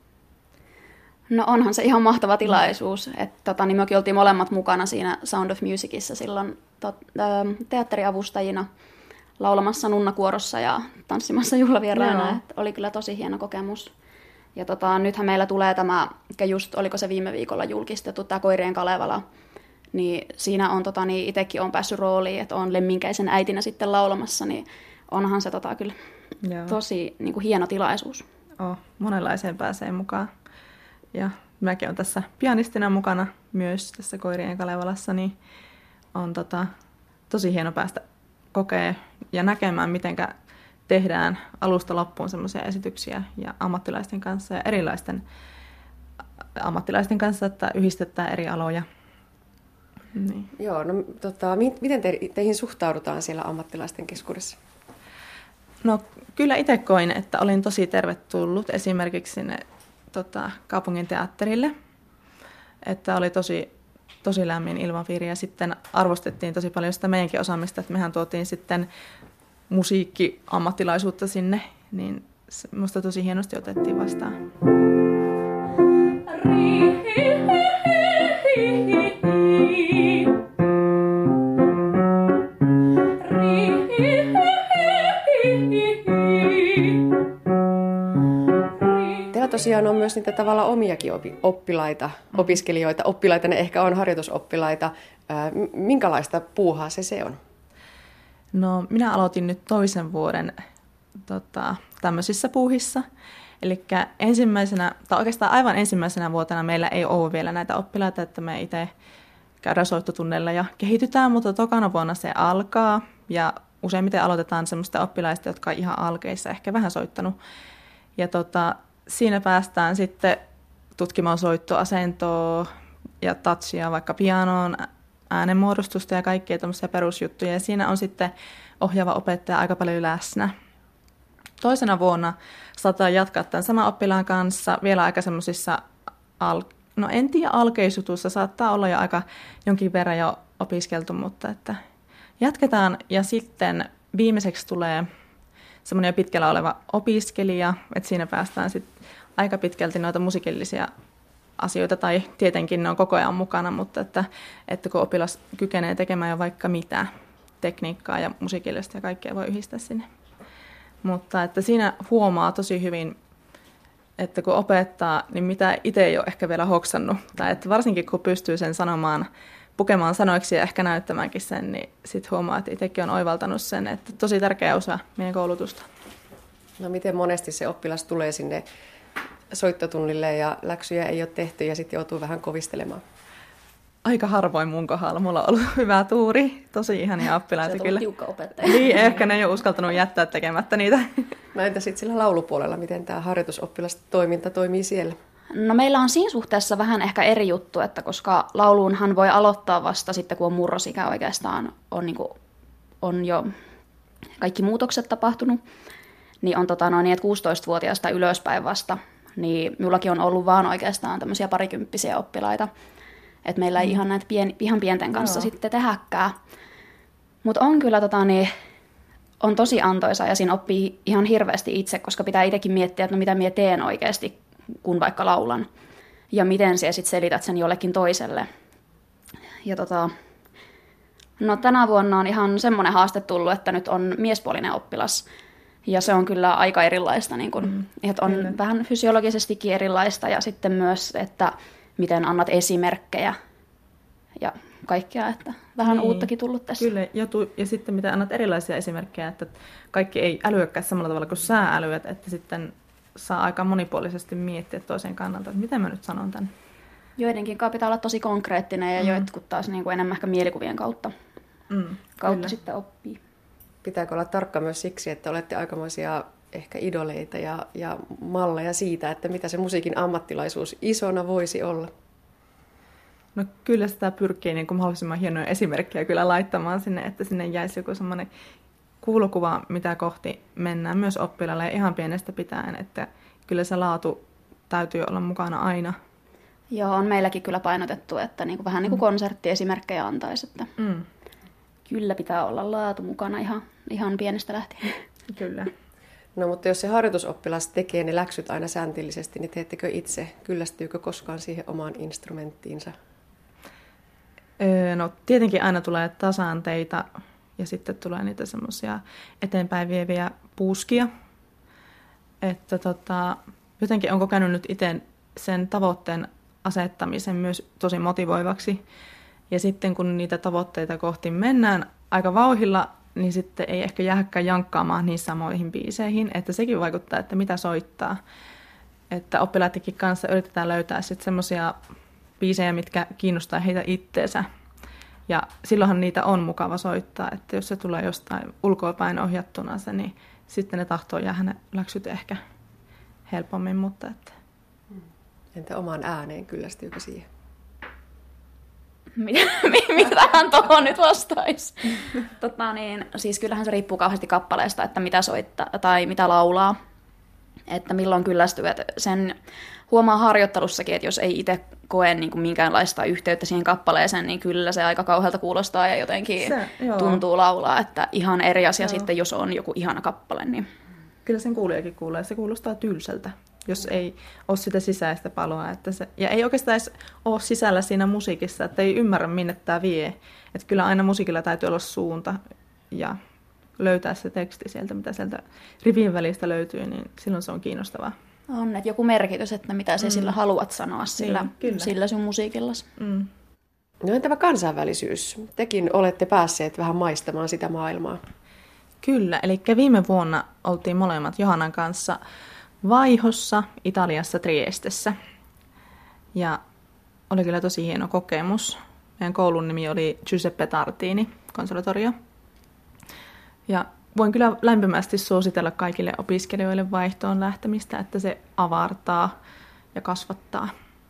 No onhan se ihan mahtava tilaisuus. Että, tota, niin mekin oltiin molemmat mukana siinä Sound of Musicissa silloin tot, ä, teatteriavustajina laulamassa nunnakuorossa ja tanssimassa juhlavieraana. Että oli kyllä tosi hieno kokemus. Ja tota, nythän meillä tulee tämä, just oliko se viime viikolla julkistettu, tämä Koirien Kalevala, niin siinä on tota, niin itsekin on päässyt rooliin, että on lemminkäisen äitinä sitten laulamassa, niin onhan se tota, kyllä Joo. tosi niin kuin hieno tilaisuus. Oh, monenlaiseen pääsee mukaan. Ja mäkin olen tässä pianistina mukana myös tässä Koirien Kalevalassa, niin on tota, tosi hieno päästä kokea ja näkemään, mitenkä tehdään alusta loppuun semmoisia esityksiä ja ammattilaisten kanssa ja erilaisten ammattilaisten kanssa, että yhdistetään eri aloja. Niin. Joo, no tota, miten te, teihin suhtaudutaan siellä ammattilaisten keskuudessa? No kyllä itse koin, että olin tosi tervetullut esimerkiksi sinne tota, kaupungin teatterille, että oli tosi, tosi lämmin ilmapiiri ja sitten arvostettiin tosi paljon sitä meidänkin osaamista, että mehän tuotiin sitten musiikkiammattilaisuutta sinne, niin musta tosi hienosti otettiin vastaan. Teillä tosiaan on myös niitä tavallaan omiakin oppilaita, opiskelijoita. Oppilaita ne ehkä on, harjoitusoppilaita. Minkälaista puuhaa se se on? No, minä aloitin nyt toisen vuoden tota, tämmöisissä puuhissa. Eli ensimmäisenä, tai oikeastaan aivan ensimmäisenä vuotena meillä ei ole vielä näitä oppilaita, että me itse käydään soittotunneilla ja kehitytään, mutta tokana vuonna se alkaa. Ja useimmiten aloitetaan semmoista oppilaista, jotka on ihan alkeissa, ehkä vähän soittanut. Ja tota, siinä päästään sitten tutkimaan soittoasentoa ja touchia, vaikka pianoon, äänenmuodostusta ja kaikkia tämmöisiä perusjuttuja. Ja siinä on sitten ohjaava opettaja aika paljon läsnä. Toisena vuonna saatetaan jatkaa tämän saman oppilaan kanssa vielä aika semmoisissa, al- no en tiedä alkeisutussa, saattaa olla jo aika jonkin verran jo opiskeltu, mutta että jatketaan. Ja sitten viimeiseksi tulee semmoinen jo pitkällä oleva opiskelija, että siinä päästään sitten aika pitkälti noita musiikillisia asioita, tai tietenkin ne on koko ajan mukana, mutta että, että kun oppilas kykenee tekemään jo vaikka mitä, tekniikkaa ja musiikillista ja kaikkea voi yhdistää sinne. Mutta että siinä huomaa tosi hyvin, että kun opettaa, niin mitä itse ei ole ehkä vielä hoksannut. Tai että varsinkin kun pystyy sen sanomaan, pukemaan sanoiksi ja ehkä näyttämäänkin sen, niin sitten huomaa, että itsekin on oivaltanut sen, että tosi tärkeä osa meidän koulutusta. No miten monesti se oppilas tulee sinne soittotunnille ja läksyjä ei ole tehty ja sitten joutuu vähän kovistelemaan? Aika harvoin mun kohdalla. Mulla on ollut hyvä tuuri. Tosi ihania oppilaita kyllä. Se on tiukka opettaja. Niin, ehkä ne ei ole uskaltanut jättää tekemättä niitä. No entä sitten sillä laulupuolella, miten tämä harjoitusoppilasta-toiminta toimii siellä? No meillä on siinä suhteessa vähän ehkä eri juttu, että koska lauluunhan voi aloittaa vasta sitten, kun on murrosikä oikeastaan, on, niin kuin, on jo kaikki muutokset tapahtunut, niin on tota, no niin, että kuusitoistavuotiaasta ylöspäin vasta, niin minullakin on ollut vaan oikeastaan tämmöisiä parikymppisiä oppilaita, että meillä ei mm. ihan näitä pien, ihan pienten kanssa no. sitten tehäkään. Mutta on kyllä tota, niin, on tosi antoisa ja siinä oppii ihan hirveästi itse, koska pitää itsekin miettiä, että no mitä minä teen oikeasti, kun vaikka laulan. Ja miten sinä sitten selität sen jollekin toiselle. Ja tota, no tänä vuonna on ihan semmoinen haaste tullut, että nyt on miespuolinen oppilas. Ja se on kyllä aika erilaista. Niin kun, mm, että on kyllä. vähän fysiologisestikin erilaista ja sitten myös, että miten annat esimerkkejä ja kaikkea, että vähän niin. uuttakin tullut tässä. Kyllä, ja, tu- ja sitten miten annat erilaisia esimerkkejä, että kaikki ei älyäkään samalla tavalla kuin sä älyät, että sitten saa aika monipuolisesti miettiä toisen kannalta, että miten mä nyt sanon tämän. Joidenkin kanssa pitää olla tosi konkreettinen ja mm. jotkut taas niin kuin enemmän ehkä mielikuvien kautta, mm, kautta sitten oppii. Pitääkö olla tarkka myös siksi, että olette aikamoisia ehkä idoleita ja, ja malleja siitä, että mitä se musiikin ammattilaisuus isona voisi olla? No kyllä sitä pyrkii niin kuin mahdollisimman hienoja esimerkkejä kyllä laittamaan sinne, että sinne jäisi joku semmoinen kuulokuva, mitä kohti mennään myös oppilaille ja ihan pienestä pitäen, että kyllä se laatu täytyy olla mukana aina. Joo, on meilläkin kyllä painotettu, että niin kuin, vähän niin kuin konserttiesimerkkejä antaisi, että mm. kyllä pitää olla laatu mukana ihan, ihan pienestä lähtien. Kyllä. No mutta jos se harjoitusoppilas tekee ne läksyt aina säntillisesti, niin teettekö itse? Kyllästyykö koskaan siihen omaan instrumenttiinsa? Öö, no tietenkin aina tulee tasanteita ja sitten tulee niitä semmoisia eteenpäin vieviä puuskia. Että tota, jotenkin on kokenut nyt itse sen tavoitteen asettamisen myös tosi motivoivaksi. Ja sitten kun niitä tavoitteita kohti mennään aika vauhilla, niin sitten ei ehkä jääkään jankkaamaan niissä samoihin biiseihin. Että sekin vaikuttaa, että mitä soittaa. Että oppilaittenkin kanssa yritetään löytää sitten semmoisia biisejä, mitkä kiinnostaa heitä itteensä. Ja silloinhan niitä on mukava soittaa, että jos se tulee jostain ulkoapäin ohjattuna se, niin sitten ne tahtoo jäädä ne läksyt ehkä helpommin. Mutta että. Entä omaan ääneen, kyllästyykö siihen? Mitähän tuohon nyt vastaisi? tota, niin, siis kyllähän se riippuu kauheasti kappaleesta, että mitä soittaa tai mitä laulaa. Että milloin kyllästyy. Että sen huomaa harjoittelussakin, että jos ei itse koe niin kuin minkäänlaista yhteyttä siihen kappaleeseen, niin kyllä se aika kauhealta kuulostaa ja jotenkin se, tuntuu laulaa. Että ihan eri asia joo. Sitten, jos on joku ihana kappale. Niin. Kyllä sen kuulijakin kuulee. Se kuulostaa tylsältä, jos ei ole sitä sisäistä paloa. Että se, ja ei oikeastaan edes ole sisällä siinä musiikissa, että ei ymmärrä, minne tämä vie. Että kyllä aina musiikilla täytyy olla suunta ja löytää se teksti sieltä, mitä sieltä rivien välistä löytyy, niin silloin se on kiinnostavaa. On, että joku merkitys, että mitä sä mm. sillä haluat sanoa sillä, niin, sillä sun musiikillas. Mm. No entäpä kansainvälisyys? Tekin olette päässeet vähän maistamaan sitä maailmaa. Kyllä, eli viime vuonna oltiin molemmat Johannan kanssa Vaihossa, Italiassa, Triestessä. Ja oli kyllä tosi hieno kokemus. Meidän koulun nimi oli Giuseppe Tartini konservatorio. Ja voin kyllä lämpimästi suositella kaikille opiskelijoille vaihtoon lähtemistä, että se avartaa ja kasvattaa.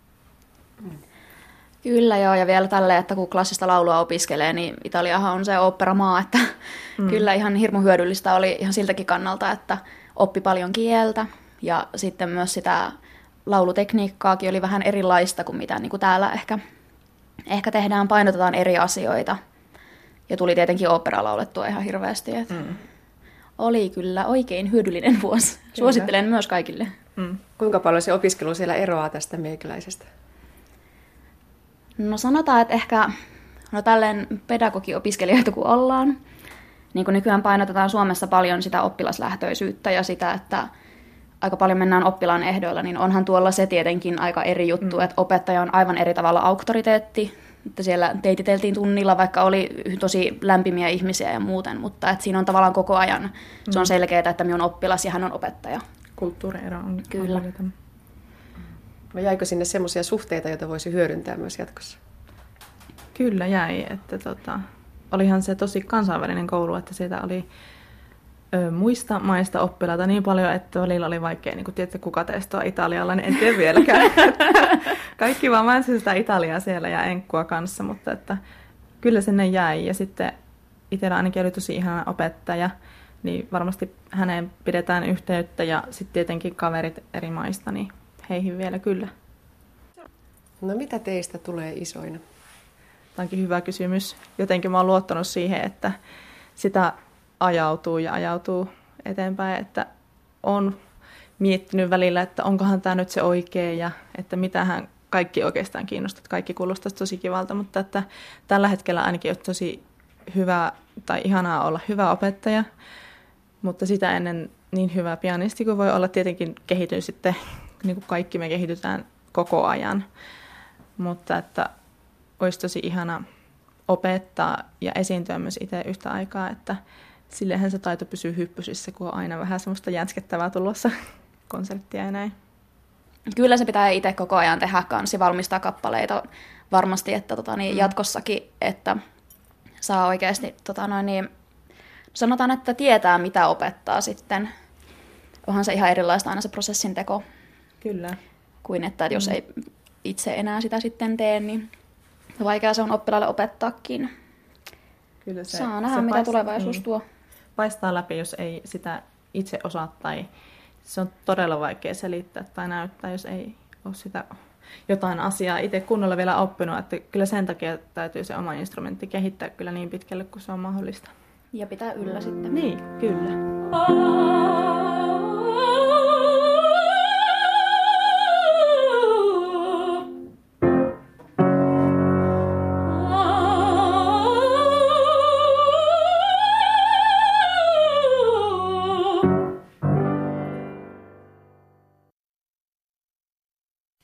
Kyllä joo, ja vielä tälleen, että kun klassista laulua opiskelee, niin Italiahan on se oopperamaa, että mm. kyllä ihan hirmu hyödyllistä oli ihan siltäkin kannalta, että oppi paljon kieltä ja sitten myös sitä laulutekniikkaakin oli vähän erilaista kuin mitä niin kuin täällä ehkä, ehkä tehdään, painotetaan eri asioita. Ja tuli tietenkin ooppera laulettua ihan hirveästi. Että mm. oli kyllä oikein hyödyllinen vuosi. Kyllä. Suosittelen myös kaikille. Mm. Kuinka paljon se opiskelu siellä eroaa tästä meikäläisestä? No sanotaan, että ehkä no tälleen pedagogiopiskelijoita kun ollaan, niin kuin nykyään painotetaan Suomessa paljon sitä oppilaslähtöisyyttä ja sitä, että aika paljon mennään oppilaan ehdoilla, niin onhan tuolla se tietenkin aika eri juttu, mm. että opettaja on aivan eri tavalla auktoriteetti, että siellä teititeltiin tunnilla, vaikka oli tosi lämpimiä ihmisiä ja muuten, mutta että siinä on tavallaan koko ajan, mm. se on selkeää, että minä on oppilas ja hän on opettaja. Kulttuuriero on. Kyllä. Vai jäikö sinne semmoisia suhteita, joita voisi hyödyntää myös jatkossa? Kyllä jäi, että tota, olihan se tosi kansainvälinen koulu, että siitä oli ö, muista maista oppilaita niin paljon, että välillä oli vaikea, niin kun tiedätte, kuka teistä on italialainen, en tiedä vieläkään. Kaikki vaan mä sitä Italiaa siellä ja enkkua kanssa, mutta että kyllä sinne jäi. Ja sitten itsellä ainakin oli tosi ihana opettaja, niin varmasti häneen pidetään yhteyttä ja sitten tietenkin kaverit eri maista, niin heihin vielä kyllä. No mitä teistä tulee isoina? Tämä onkin hyvä kysymys. Jotenkin mä oon luottanut siihen, että sitä ajautuu ja ajautuu eteenpäin, että on miettinyt välillä, että onkohan tämä nyt se oikea ja että mitähän kaikki oikeastaan kiinnostaa. Kaikki kuulostaisi tosi kivalta, mutta että tällä hetkellä ainakin on tosi hyvä tai ihanaa olla hyvä opettaja, mutta sitä ennen niin hyvä pianisti kuin voi olla. Tietenkin kehityn sitten, niin kuin kaikki me kehitytään koko ajan, mutta että olisi tosi ihana opettaa ja esiintyä myös itse yhtä aikaa, että sillehän se taito pysyy hyppysissä, kun on aina vähän semmoista jänskettävää tulossa konserttia ja näin. Kyllä se pitää itse koko ajan tehdä kanssa, valmistaa kappaleita varmasti, että tota, niin, mm. jatkossakin, että saa oikeasti, tota, noin, niin, sanotaan, että tietää mitä opettaa sitten. Onhan se ihan erilaista aina se prosessin teko. Kyllä. Kuin että jos mm. ei itse enää sitä sitten tee, niin vaikea se on oppilaalle opettaakin. Kyllä se, saa nähdä, se mitä paistaa, tulevaisuus niin, tuo. Paistaa läpi, jos ei sitä itse osaa tai se on todella vaikea selittää tai näyttää, jos ei ole sitä jotain asiaa itse kunnolla vielä oppinut. Että kyllä sen takia täytyy se oma instrumentti kehittää kyllä niin pitkälle kuin se on mahdollista. Ja pitää yllä sitten. Niin, kyllä.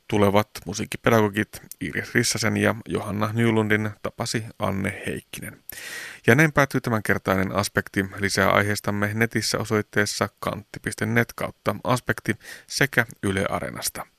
Tulevat musiikkipedagogit Iiris Rissasen ja Johanna Nylundin tapasi Anne Heikkinen. Ja näin päätyy tämänkertainen Aspekti. Lisää aiheestamme netissä osoitteessa kantti piste net kautta aspekti sekä Yle Areenasta.